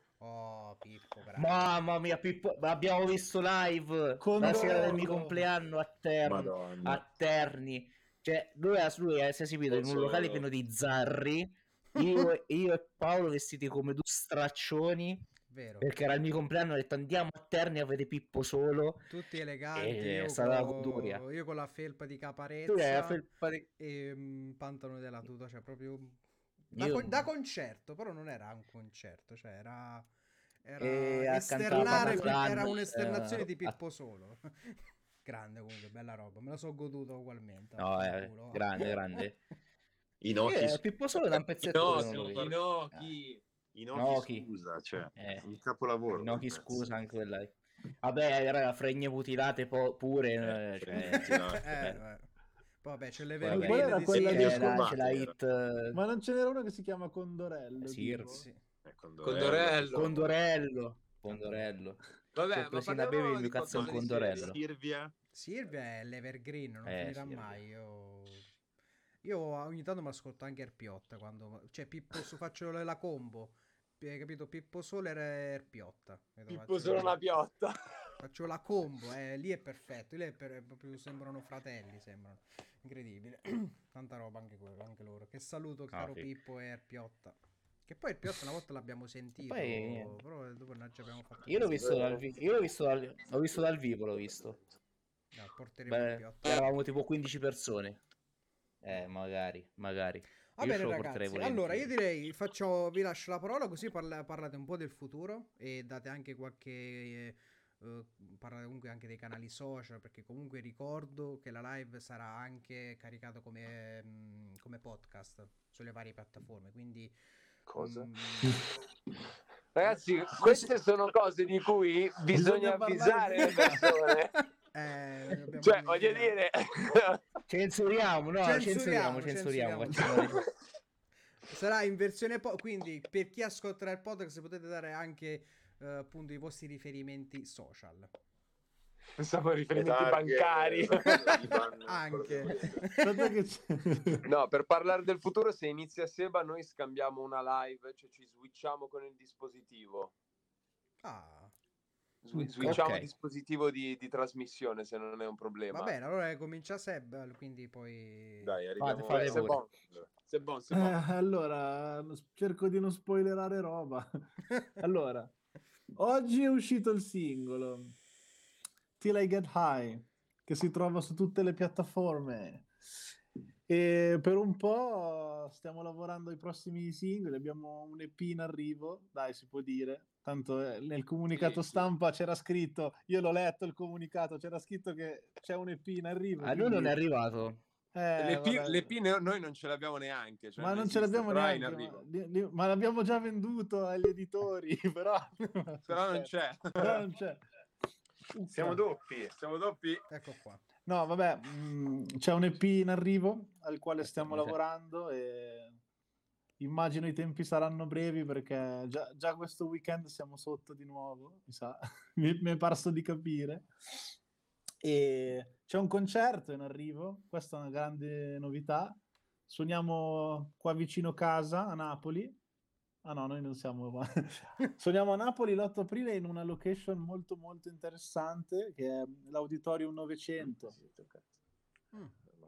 Oh, Pippo, bravo. Mamma mia, Pippo, l'abbiamo visto live Con la sera del Dorlo. mio compleanno a Terni. Madonna. A Terni. Cioè, lui, ha- lui è- si è esibito in un Solo. locale pieno di zarri. Io, io e Paolo vestiti come due straccioni. Vero. Perché era il mio compleanno, ho detto andiamo a Terni a vedere Pippo solo. Tutti eleganti, Eh, io, è stata la con... goduria. io con la felpa di Caparezza Tu hai la felpa di- e mm, pantalone della tuta, cioè proprio da, Io- con- da concerto, però non era un concerto, cioè era, era E ha esternare, cantato Papa era San, un'esternazione eh, di a- Pippo solo. Grande comunque, bella roba, me la so goduta ugualmente. No, è vaffanculo. grande, grande. I Nochi, Eh, Pippo solo da un pezzetto che non lo Inoki, vedo. Inoki. i Nochi, Gnocchi. scusa, cioè, Eh. un capolavoro. No, chi quel pezzo. scusa anche quella lì. Vabbè, raga, fregne mutilate po- pure. Eh, eh, fregne cioè, mutilate. Eh, eh, vabbè. Poi vabbè, c'è le poi vabbè. vergine Qual era di quella c'è di Sir. la, Scorbate, c'è la era. hit eh, Ma non ce n'era uno che si chiama Condorello? Sir. tipo? Sì. Eh, Condorello. Condorello. Condorello. Condorello. Vabbè, C'è ma Plesina parliamo Baby, il di mio cazzo è un qualcosa di Condorello. serio. Silvia. Silvia è l'Evergreen, non Eh, finirà Silvia. mai. Io... io ogni tanto mi ascolto anche Erpiotta quando... Cioè, Pippo, su- faccio la combo. Hai capito? Pippo Solo era Erpiotta. Capito? Pippo Faccio- solo una piotta. Faccio la combo, eh, lì è perfetto. Lì è per- è proprio sembrano fratelli, sembrano. Incredibile. Tanta roba anche quello, anche loro. Che saluto, Ah, caro sì. Pippo e Erpiotta. Che poi il P otto una volta l'abbiamo sentito, poi, però dopo non ci abbiamo fatto. Io l'ho visto dal, vi- io l'ho visto dal, l'ho visto dal vivo, l'ho visto. No, porteremo Beh, il P otto. eravamo tipo quindici persone. Eh, magari, magari. Va Io bene ce lo porterei ragazzi, allora io volentieri. direi faccio, vi lascio la parola così parla- parlate un po' del futuro e date anche qualche, eh, eh, parlate comunque anche dei canali social perché comunque ricordo che la live sarà anche caricato come, mm, come podcast sulle varie piattaforme, quindi Cosa? mm, Ragazzi, queste sono cose di cui bisogna Bisogna parlare avvisare le prima. persone. eh, dobbiamo Cioè, voglio dimenticare. dire... Censuriamo, no, Censuriamo, censuriamo, censuriamo. censuriamo. facciamo- Sarà in versione po- quindi per chi ascolterà il podcast potete dare anche eh, appunto i vostri riferimenti social. Pensavo a riferimenti Le targhe, bancari. i ban, Anche. Aspetta che c'è. No, per parlare del futuro, se inizia Seba, noi scambiamo una live, cioè ci switchiamo con il dispositivo. Ah, Swi- switchiamo Ok. dispositivo di, di trasmissione, se non è un problema. va bene, allora comincia Seb, quindi poi Dai, arriviamo. fate Beh, c'est pure. bon. C'est bon, c'est Eh, bon. allora, no- cerco di non spoilerare roba. Allora, oggi è uscito il singolo Till I Get High, che si trova su tutte le piattaforme. E per un po' stiamo lavorando ai prossimi singoli, abbiamo un E P in arrivo, dai, si può dire. Tanto eh, nel comunicato Sì, sì. stampa c'era scritto, io l'ho letto il comunicato, c'era scritto che c'è un E P in arrivo. A noi non quindi- è arrivato. eh, le, P, vabbè. le P ne- noi non ce l'abbiamo neanche. Cioè Ma non ce esiste, l'abbiamo però è in neanche, arrivo. ma, li- li- ma l'abbiamo già venduto agli editori, però, Però non c'è. Però non c'è. Siamo doppi. Siamo doppi. ecco qua. No, vabbè, mh, c'è un E P in arrivo al quale stiamo Mi sa- lavorando e immagino i tempi saranno brevi perché già, già questo weekend siamo sotto di nuovo, mi sa, mi, mi è parso di capire. E c'è un concerto in arrivo, questa è una grande novità. Suoniamo qua vicino casa, a Napoli. Ah no, noi non siamo... Suoniamo a Napoli l'otto aprile in una location molto molto interessante che è l'Auditorium novecento. Mm,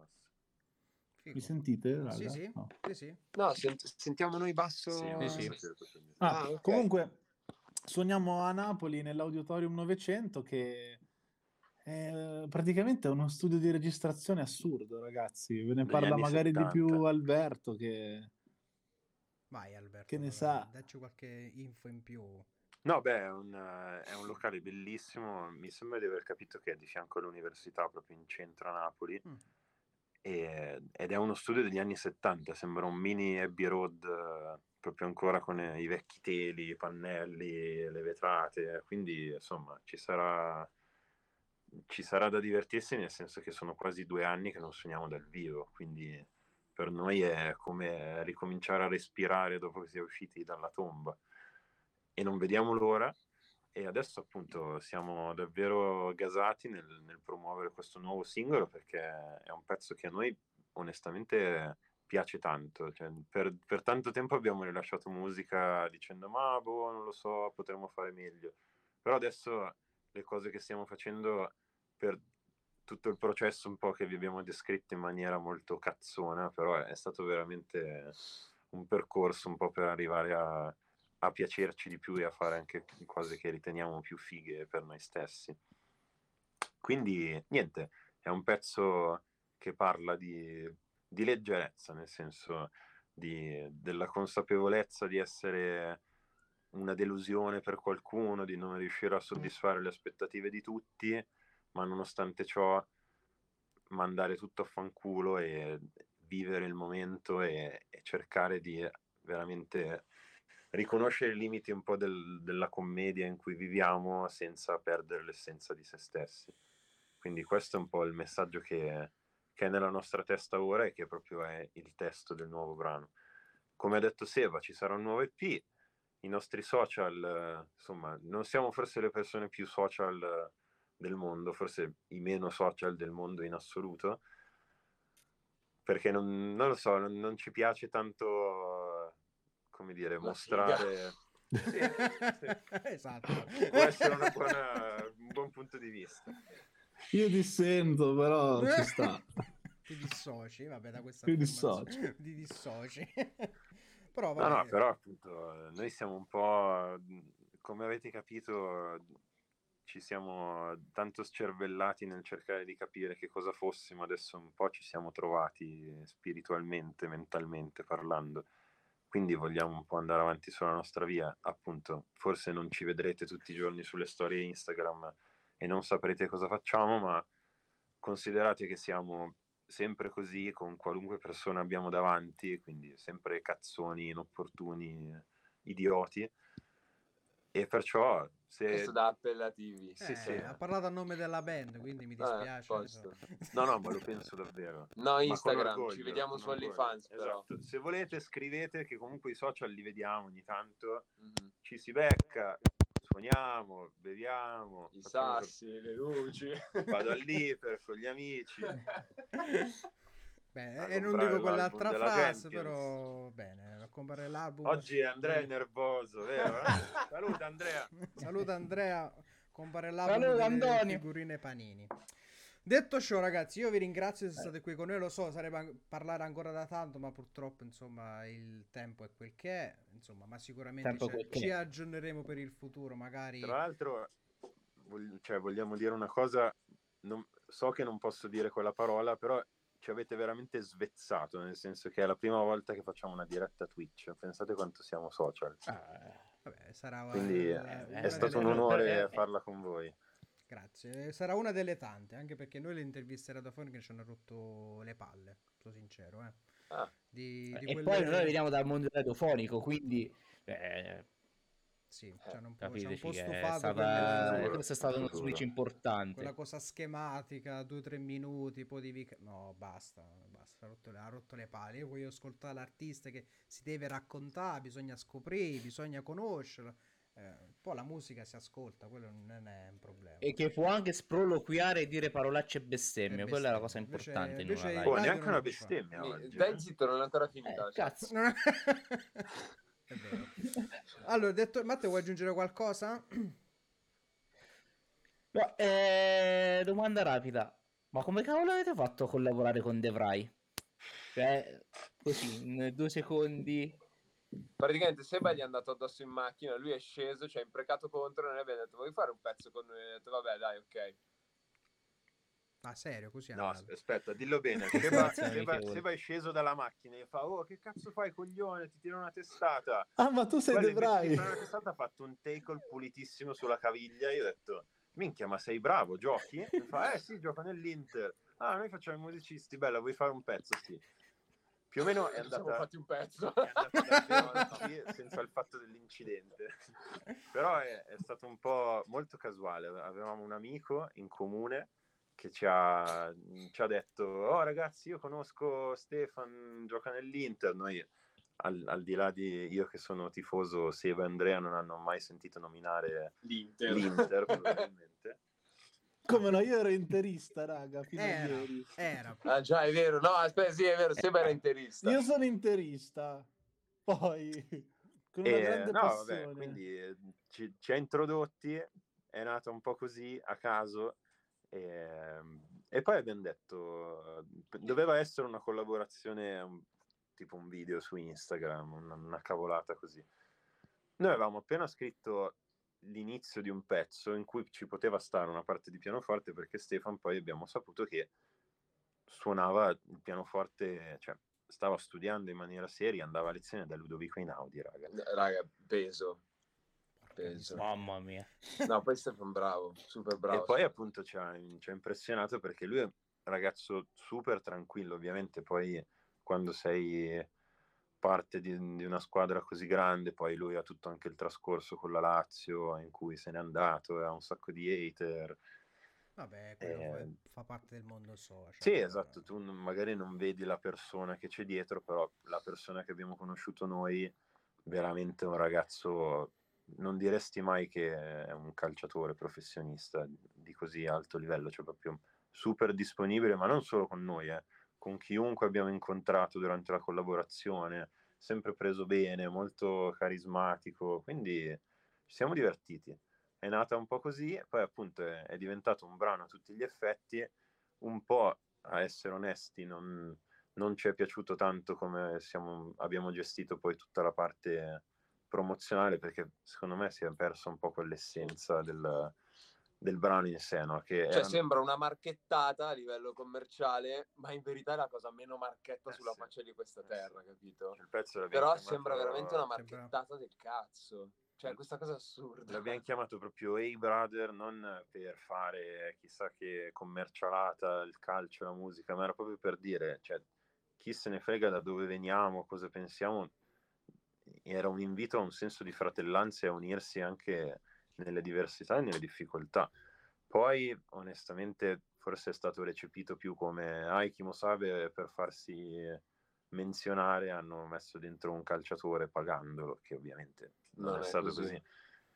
figo. Mi sentite? raga? Sì, sì, No. sì, sì. No, sent- sentiamo noi basso. Sì, Sì, sì. Ah, Ah, ok. comunque suoniamo a Napoli nell'Auditorium novecento che è praticamente uno studio di registrazione assurdo, ragazzi. Ve ne Degli parla anni magari di più settanta. Alberto che... Vai Alberto, Che ne allora, sa? dacci qualche info in più. No, beh, è un, eh, è un locale bellissimo. Mi sembra di aver capito che è di fianco all'università, proprio in centro a Napoli. Mm. E- ed è uno studio degli anni settanta. Sembra un mini Abbey Road, eh, proprio ancora con eh, i vecchi teli, i pannelli, le vetrate. Quindi, insomma, ci sarà, ci sarà da divertirsi, nel senso che sono quasi due anni che non suoniamo dal vivo. Quindi per noi è come ricominciare a respirare dopo che si è usciti dalla tomba. E non vediamo l'ora. E adesso appunto siamo davvero gasati nel, nel promuovere questo nuovo singolo, perché è un pezzo che a noi onestamente piace tanto. Cioè, per, per tanto tempo abbiamo rilasciato musica dicendo ma boh, non lo so, potremmo fare meglio. Però adesso le cose che stiamo facendo, per tutto il processo un po' che vi abbiamo descritto in maniera molto cazzona, però è stato veramente un percorso un po' per arrivare a a piacerci di più e a fare anche cose che riteniamo più fighe per noi stessi. Quindi niente, è un pezzo che parla di, di leggerezza, nel senso di, della consapevolezza di essere una delusione per qualcuno, di non riuscire a soddisfare le aspettative di tutti, ma nonostante ciò mandare tutto a fanculo e vivere il momento e, e cercare di veramente riconoscere i limiti un po' del, della commedia in cui viviamo senza perdere l'essenza di se stessi. Quindi questo è un po' il messaggio che, che è nella nostra testa ora e che proprio è il testo del nuovo brano. Come ha detto Seba, ci sarà un nuovo E P, i nostri social, eh, insomma, non siamo forse le persone più social eh, del mondo, forse i meno social del mondo in assoluto, perché non, non lo so, non, non ci piace tanto, come dire, La mostrare... Sì, sì. Esatto. Può essere una buona, un buon punto di vista. Io dissento, però ci sta. Ti dissoci, vabbè, da questa Ti affermazione. dissoci. Ti dissoci. Però No, vabbè, no, però appunto noi siamo un po', come avete capito, ci siamo tanto scervellati nel cercare di capire che cosa fossimo, adesso un po' ci siamo trovati spiritualmente, mentalmente parlando, quindi vogliamo un po' andare avanti sulla nostra via, appunto, forse non ci vedrete tutti i giorni sulle storie Instagram e non saprete cosa facciamo, ma considerate che siamo sempre così con qualunque persona abbiamo davanti, quindi sempre cazzoni, inopportuni, idioti, e perciò Questo se... da appellativi. Sì, eh, sì. ha parlato a nome della band, quindi mi Ah, dispiace. posto. No, no, ma lo penso davvero. No, Ma con Instagram, orgoglio, ci vediamo con su orgoglio. OnlyFans, però. Esatto. Se volete scrivete, che comunque i social li vediamo ogni tanto, Mhm. ci si becca, suoniamo, beviamo, I facciamo- sassi, le luci. vado all'Iper con gli amici. Beh, a e non comprare dico l'album quell'altra della frase, Champions. però bene, a comprare l'album. Oggi Andrea è delle- nervoso, vero? eh? Saluta Andrea. Saluta Andrea, compare l'album Saluta, delle Antonio. figurine Panini. Detto ciò, ragazzi, io vi ringrazio se state qui con noi. Lo so, sarebbe an- parlare ancora da tanto, ma purtroppo, insomma, il tempo è quel che è. Insomma, ma sicuramente Tempo è ci, quel che ci è. aggiorneremo per il futuro, magari. Tra l'altro, vog- cioè, vogliamo dire una cosa, non- so che non posso dire quella parola, però ci avete veramente svezzato, nel senso che è la prima volta che facciamo una diretta Twitch. Pensate quanto siamo social. Vabbè, sarà Quindi eh, è una stato un delle- onore Eh, farla con voi. Grazie, sarà una delle tante, anche perché noi le interviste radiofoniche ci hanno rotto le palle, sono sincero, eh. Ah, Di, di E quelle... poi noi veniamo dal mondo radiofonico, quindi eh, Sì, ci hanno un po', ci hanno un capiteci po' che è stufato stata, quella, Futuro, questo è stato uno futuro. switch importante. quella cosa schematica, due o tre minuti, poi devi... No, basta, basta, ha rotto, le- ha rotto le palle. Io voglio ascoltare l'artista che si deve raccontare, bisogna scoprire, bisogna conoscerlo. Eh, poi la musica si ascolta, quello non è un problema. E che può anche sproloquiare e dire parolacce e bestemmie, E quella è la bestemmie. cosa Invece- importante in invece una in live. Oh, radio neanche non una lo puoi fare. bestemmia mi- oggi. dai eh? zitto, non è ancora finita. Eh, la cazzo. Non è... è vero. Allora, detto, Matteo, vuoi aggiungere qualcosa? No, eh, domanda rapida. Ma come cavolo avete fatto a collaborare con The Vry? Cioè, così, in due secondi. Praticamente Seba gli è andato addosso in macchina, lui è sceso, ci ha imprecato contro e noi abbiamo detto vuoi fare un pezzo con noi? E ho detto vabbè dai, ok. Ah, serio, così è No, andato. aspetta, dillo bene. Seba, Sì, Seba, amichevole. Seba è sceso dalla macchina e fa: oh, che cazzo fai, coglione? Ti tiro una testata. Ah, ma tu sei Quello The invece di Vry. fare una testata ha fatto un tackle pulitissimo sulla caviglia. Io ho detto: minchia, ma sei bravo, giochi? E fa: eh sì, gioco nell'Inter. Ah, noi facciamo i musicisti, bella, vuoi fare un pezzo? Sì. Più o meno è Ci siamo andata, fatti un pezzo. è andata davvero così, senza il fatto dell'incidente. Però è, è stato un po' molto casuale. Avevamo un amico in comune che ci ha, ci ha detto: oh ragazzi, io conosco Stefan, gioca nell'Inter. Noi al, al di là di io che sono tifoso, Seba e Andrea non hanno mai sentito nominare L'Inter. l'Inter probabilmente. Come no, io ero interista, raga, fino a Era, ieri. era. Ah già, è vero. No, aspetta, sì, è vero, Seba era interista. Io sono interista. Poi, con una E, grande no, passione. vabbè, quindi eh, ci, ci ha introdotti, è nato un po' così a caso. E, e poi abbiamo detto doveva essere una collaborazione, un, tipo un video su Instagram, una, una cavolata così. Noi avevamo appena scritto l'inizio di un pezzo in cui ci poteva stare una parte di pianoforte, perché Stefan poi abbiamo saputo che suonava il pianoforte, cioè stava studiando in maniera seria, andava a lezione da Ludovico Einaudi, raga. Raga, peso. Porca Peso. miseria. Mamma mia. No, poi Stefan bravo, super bravo. E poi appunto ci ha, ci ha impressionato perché lui è un ragazzo super tranquillo, ovviamente poi quando sei parte di, di una squadra così grande, poi lui ha tutto anche il trascorso con la Lazio in cui se n'è andato e ha un sacco di hater. Vabbè, quello Eh, fa, fa parte del mondo social. Sì, esatto, tu non- magari non vedi la persona che c'è dietro, però la persona che abbiamo conosciuto noi, veramente un ragazzo, non diresti mai che è un calciatore professionista di così alto livello, cioè proprio super disponibile, ma non solo con noi, eh, con chiunque abbiamo incontrato durante la collaborazione, sempre preso bene, molto carismatico, quindi ci siamo divertiti. È nata un po' così, poi appunto è, è diventato un brano a tutti gli effetti, un po', a essere onesti, non, non ci è piaciuto tanto come siamo, abbiamo gestito poi tutta la parte promozionale, perché secondo me si è persa un po' quell'essenza del, del brano in sé, no? Che Cioè era... sembra una marchettata a livello commerciale, ma in verità è la cosa meno marchetta Eh sulla sì, faccia di questa eh terra, sì. capito? Il pezzo l'abbiamo Però chiamato... sembra veramente una Sembra- marchettata del cazzo. Cioè questa cosa assurda. L'abbiamo chiamato proprio Hey Brother, non per fare chissà che commercialata, il calcio, la musica, ma era proprio per dire, cioè, chi se ne frega da dove veniamo, cosa pensiamo. Era un invito a un senso di fratellanza e a unirsi anche nelle diversità e nelle difficoltà. Poi, onestamente, forse è stato recepito più come ah, Kimo Sabe, per farsi menzionare hanno messo dentro un calciatore pagandolo, che ovviamente non, Non è è stato così. così.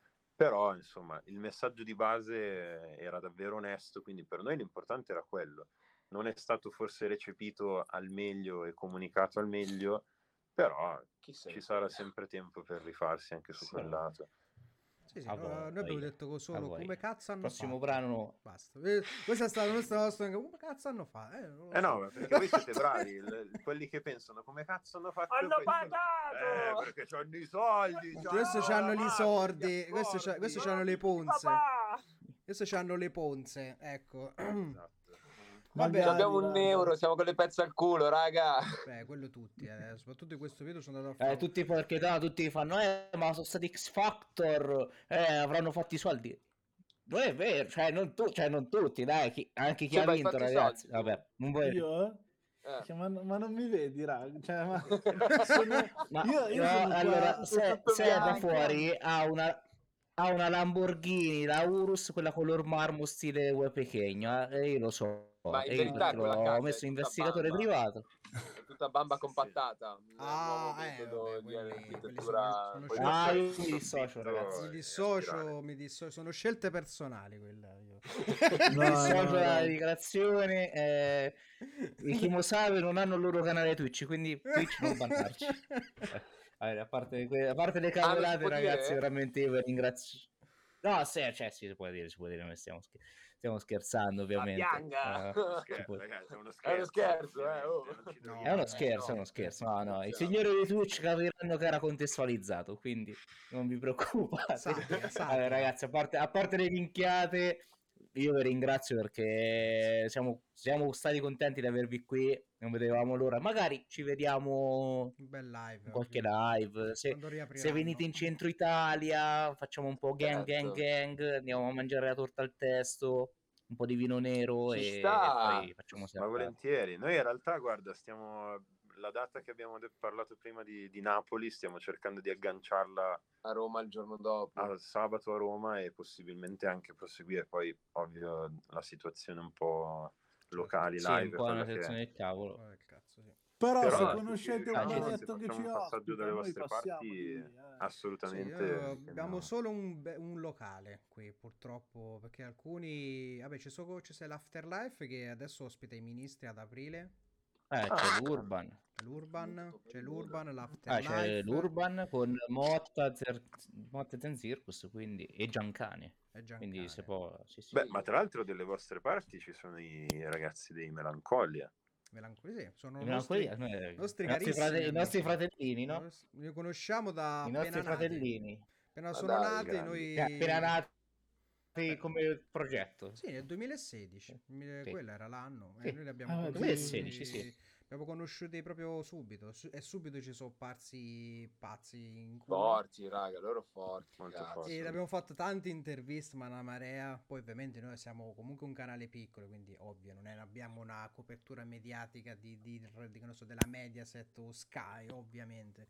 Però, insomma, il messaggio di base era davvero onesto, quindi per noi l'importante era quello. Non è stato forse recepito al meglio e comunicato al meglio, però Chi se ne ci frega. sarà sempre tempo per rifarsi anche su Sì. quel lato. Sì, sì, A no, voi, noi abbiamo detto a solo voi. come cazzo hanno Prossimo fatto. brano. Basta. Eh, Questa è stata la nostra nostra come cazzo hanno fatto? Eh, non lo Eh so. no, perché voi siete bravi, il- quelli che pensano come cazzo hanno fatto. Hanno poi dicono, pagato! Eh, perché c'hanno i soldi. c'hanno Questo la c'hanno gli macchina, sordi, gli questo c'ha- accordi. questo c'hanno le ponze. Questo c'hanno le ponze, ecco. Esatto. Vabbè, Magari, Abbiamo un raga. euro, siamo con le pezze al culo, raga. beh, quello tutti, eh. Soprattutto in questo video sono andato a fare. Eh, tutti perché no, tutti fanno, eh, ma sono stati X Factor, eh, avranno fatto i soldi. Non è vero, cioè non, tu, cioè, non tutti, dai, chi- anche chi Sì, ha ma hai vinto, fatto i ragazzi. soldi tu? Vabbè, non vuoi... Io? Eh. Cioè, ma, ma non mi vedi, raga? Cioè, ma sono... Ma io, io no, sono qua... allora, se, tutto se da bianco. fuori ha una, ha una Lamborghini, la Urus, quella color marmo stile Ue Pechegno, eh, io lo so, Ma in e io verità perché quella l'ho casa messo è in tutta investigatore bamba. privato. È tutta bamba Sì, compattata. Un Ah, nuovo eh, metodo vabbè, di quelli- quelli architettura. sono- sono Poi scelte- Ah, dopo io è mi tutto dissocio, fitto ragazzi. Mi e a dissocio, spirale. mi dissocio, sono scelte personali quelle. Io. Mi No, dissocio no, dalla no. dichiarazione. Eh, I Kimosabe non hanno il loro canale Twitch, quindi Twitch non bannarci. Eh, vabbè, a, parte, que- a parte le Ah, non si cavolate, può ragazzi, dire? veramente io vi ringrazio. No, se, cioè, sì, si può dire, si può dire, noi stiamo, scher- stiamo scherzando, La ovviamente. pianga. Eh, si Scherzo, può- ragazzi, è uno È scherzo. uno scherzo, eh, ovviamente, oh. non ci No, È droghiamo. uno eh, scherzo, è no, uno scherzo. No, no, i scherziamo. signori di Twitch capiranno che era contestualizzato, quindi non vi preoccupate. Satira, Vabbè, satira. ragazzi, a parte, a parte le minchiate, io vi ringrazio perché siamo, siamo stati contenti di avervi qui, non vedevamo l'ora. Magari ci vediamo Un bel live. in qualche ovvio. live. Se, Quando se riapriranno. venite in centro Italia, facciamo un po' gang, gang, Certo. gang. Andiamo a mangiare la torta al testo, un po' di vino nero Ci e sta. poi facciamo Ma serata. volentieri. Noi in realtà, guarda, stiamo... La data che abbiamo de- parlato prima di, di Napoli, stiamo cercando di agganciarla A Roma il giorno dopo. al sabato a Roma e possibilmente anche proseguire. Poi, ovvio, la situazione un po' locali, Sì, un live, po' è una quella sezione che... del cavolo. Oh, che cazzo, sì. Però, Però se Però- conoscete un Ah, ci- baretto se che ci facciamo un passaggio ospita, dalle noi vostre passiamo parti, lì. Eh. Sì, assolutamente. eh, vi abbiamo chiamiamo. solo un, be- un locale qui, purtroppo, perché alcuni... Vabbè, c'è solo c'è l'Afterlife che adesso ospita i ministri ad aprile, Eh, Ah, c'è l'Urban. l'Urban, c'è l'Urban, Ah, l'Afterlife. c'è l'Urban con Motta, Zer... Motta Zen Circus, quindi, e Giancane. e Quindi Giancane. se può... Sì, sì. Beh, ma tra l'altro delle vostre parti ci sono i ragazzi dei Melancolia. Melancolia, sì, sono I nostri, Melancolia, eh, nostri i nostri, carissimi frate- i nostri amici. fratellini, no? Nos- Li conosciamo da I appena nostri nati. fratellini. Appena Ma sono dai, nati, grandi. noi... Che appena nati Eh. come progetto. Sì, nel duemilasedici, mi- Sì. quello era l'anno, Sì. e noi li abbiamo Ah, conosciuti, duemilasedici, sì. abbiamo conosciuti proprio subito, su- e subito ci sono parsi pazzi in culo. Forti, raga, loro forti. Molto cazzo. forti. E abbiamo fatto tante interviste, ma una marea. Poi ovviamente noi siamo comunque un canale piccolo, quindi ovvio, non è- abbiamo una copertura mediatica di, di, di, che non so, della Mediaset o Sky, ovviamente.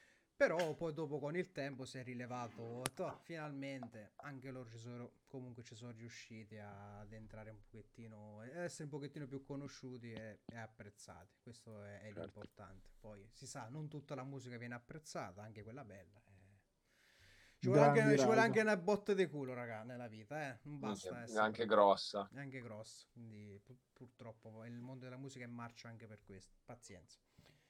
Però poi dopo con il tempo si è rilevato, toh, finalmente anche loro ci sono, comunque ci sono riusciti ad entrare un pochettino, ad essere un pochettino più conosciuti e, e apprezzati. Questo è, è Certo. l'importante. Poi si sa, non tutta la musica viene apprezzata, anche quella bella. eh. Ci vuole, anche, Grandi ci vuole raga. anche una botta di culo, raga, nella vita, eh. Non basta Minchia, essere anche grossa. è anche grosso, quindi pu- purtroppo poi il mondo della musica è in marcia anche per questo. Pazienza.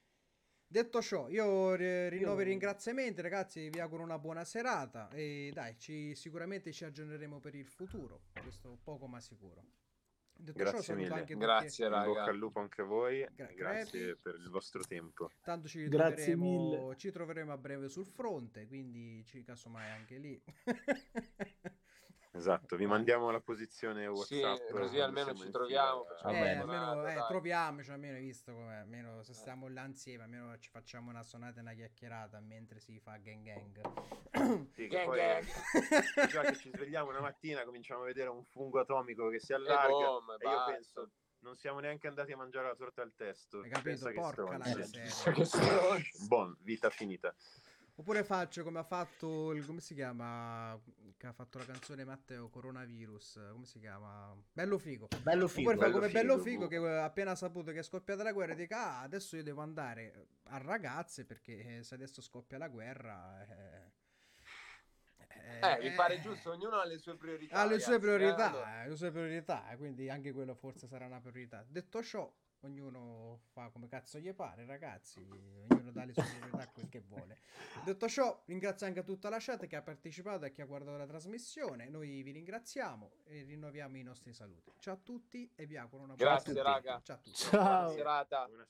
Detto ciò, io ri- rinnovo i Io- ringraziamenti, ragazzi. Vi auguro una buona serata. E dai, ci, sicuramente ci aggiorneremo per il futuro. Questo poco ma sicuro. Detto Grazie ciò, saluto mille. anche tutti. Grazie, In bocca raga. al lupo anche a voi. Gra- e grazie crepi. per il vostro tempo. Tanto ci Grazie troveremo, mille. ci troveremo a breve sul fronte, quindi ci casomai anche lì. Esatto, vi mandiamo la posizione Sì, WhatsApp. così quando almeno siamo ci in troviamo, fila. facciamo Va Eh, bene. una almeno telefonata, eh, dai. troviamoci, almeno hai visto come, almeno se stiamo là insieme, almeno ci facciamo una sonata e una chiacchierata mentre si fa gang gang. Sì, che Gang, poi gang. già che ci svegliamo una mattina cominciamo a vedere un fungo atomico che si E allarga boom, e io basta. penso non siamo neanche andati a mangiare la torta al testo. Hai capito? Pensa che Porca la stronzi. miseria. Che stronzo. Buon, vita finita. Oppure faccio come ha fatto il, come si chiama, che ha fatto la canzone Matteo, Coronavirus, come si chiama? Bello figo. Bello figo. Oppure fa bello come Bello figo, figo boh. che eh, appena saputo che è scoppiata la guerra dica ah, adesso io devo andare a ragazze perché eh, se adesso scoppia la guerra eh, Eh, mi pare giusto, ognuno ha le sue priorità. ha le sue ragazzi, eh, priorità, allora. eh, le sue priorità, eh, quindi anche quello forse sarà una priorità. Detto ciò, ognuno fa come cazzo gli pare, ragazzi, ognuno dà le sue priorità a quel che vuole. Detto ciò, ringrazio anche tutta la chat che ha partecipato e che ha guardato la trasmissione. Noi vi ringraziamo e rinnoviamo i nostri saluti. Ciao a tutti e vi auguro una buona Grazie, serata. raga. Ciao a tutti. Ciao. Buona serata. Buona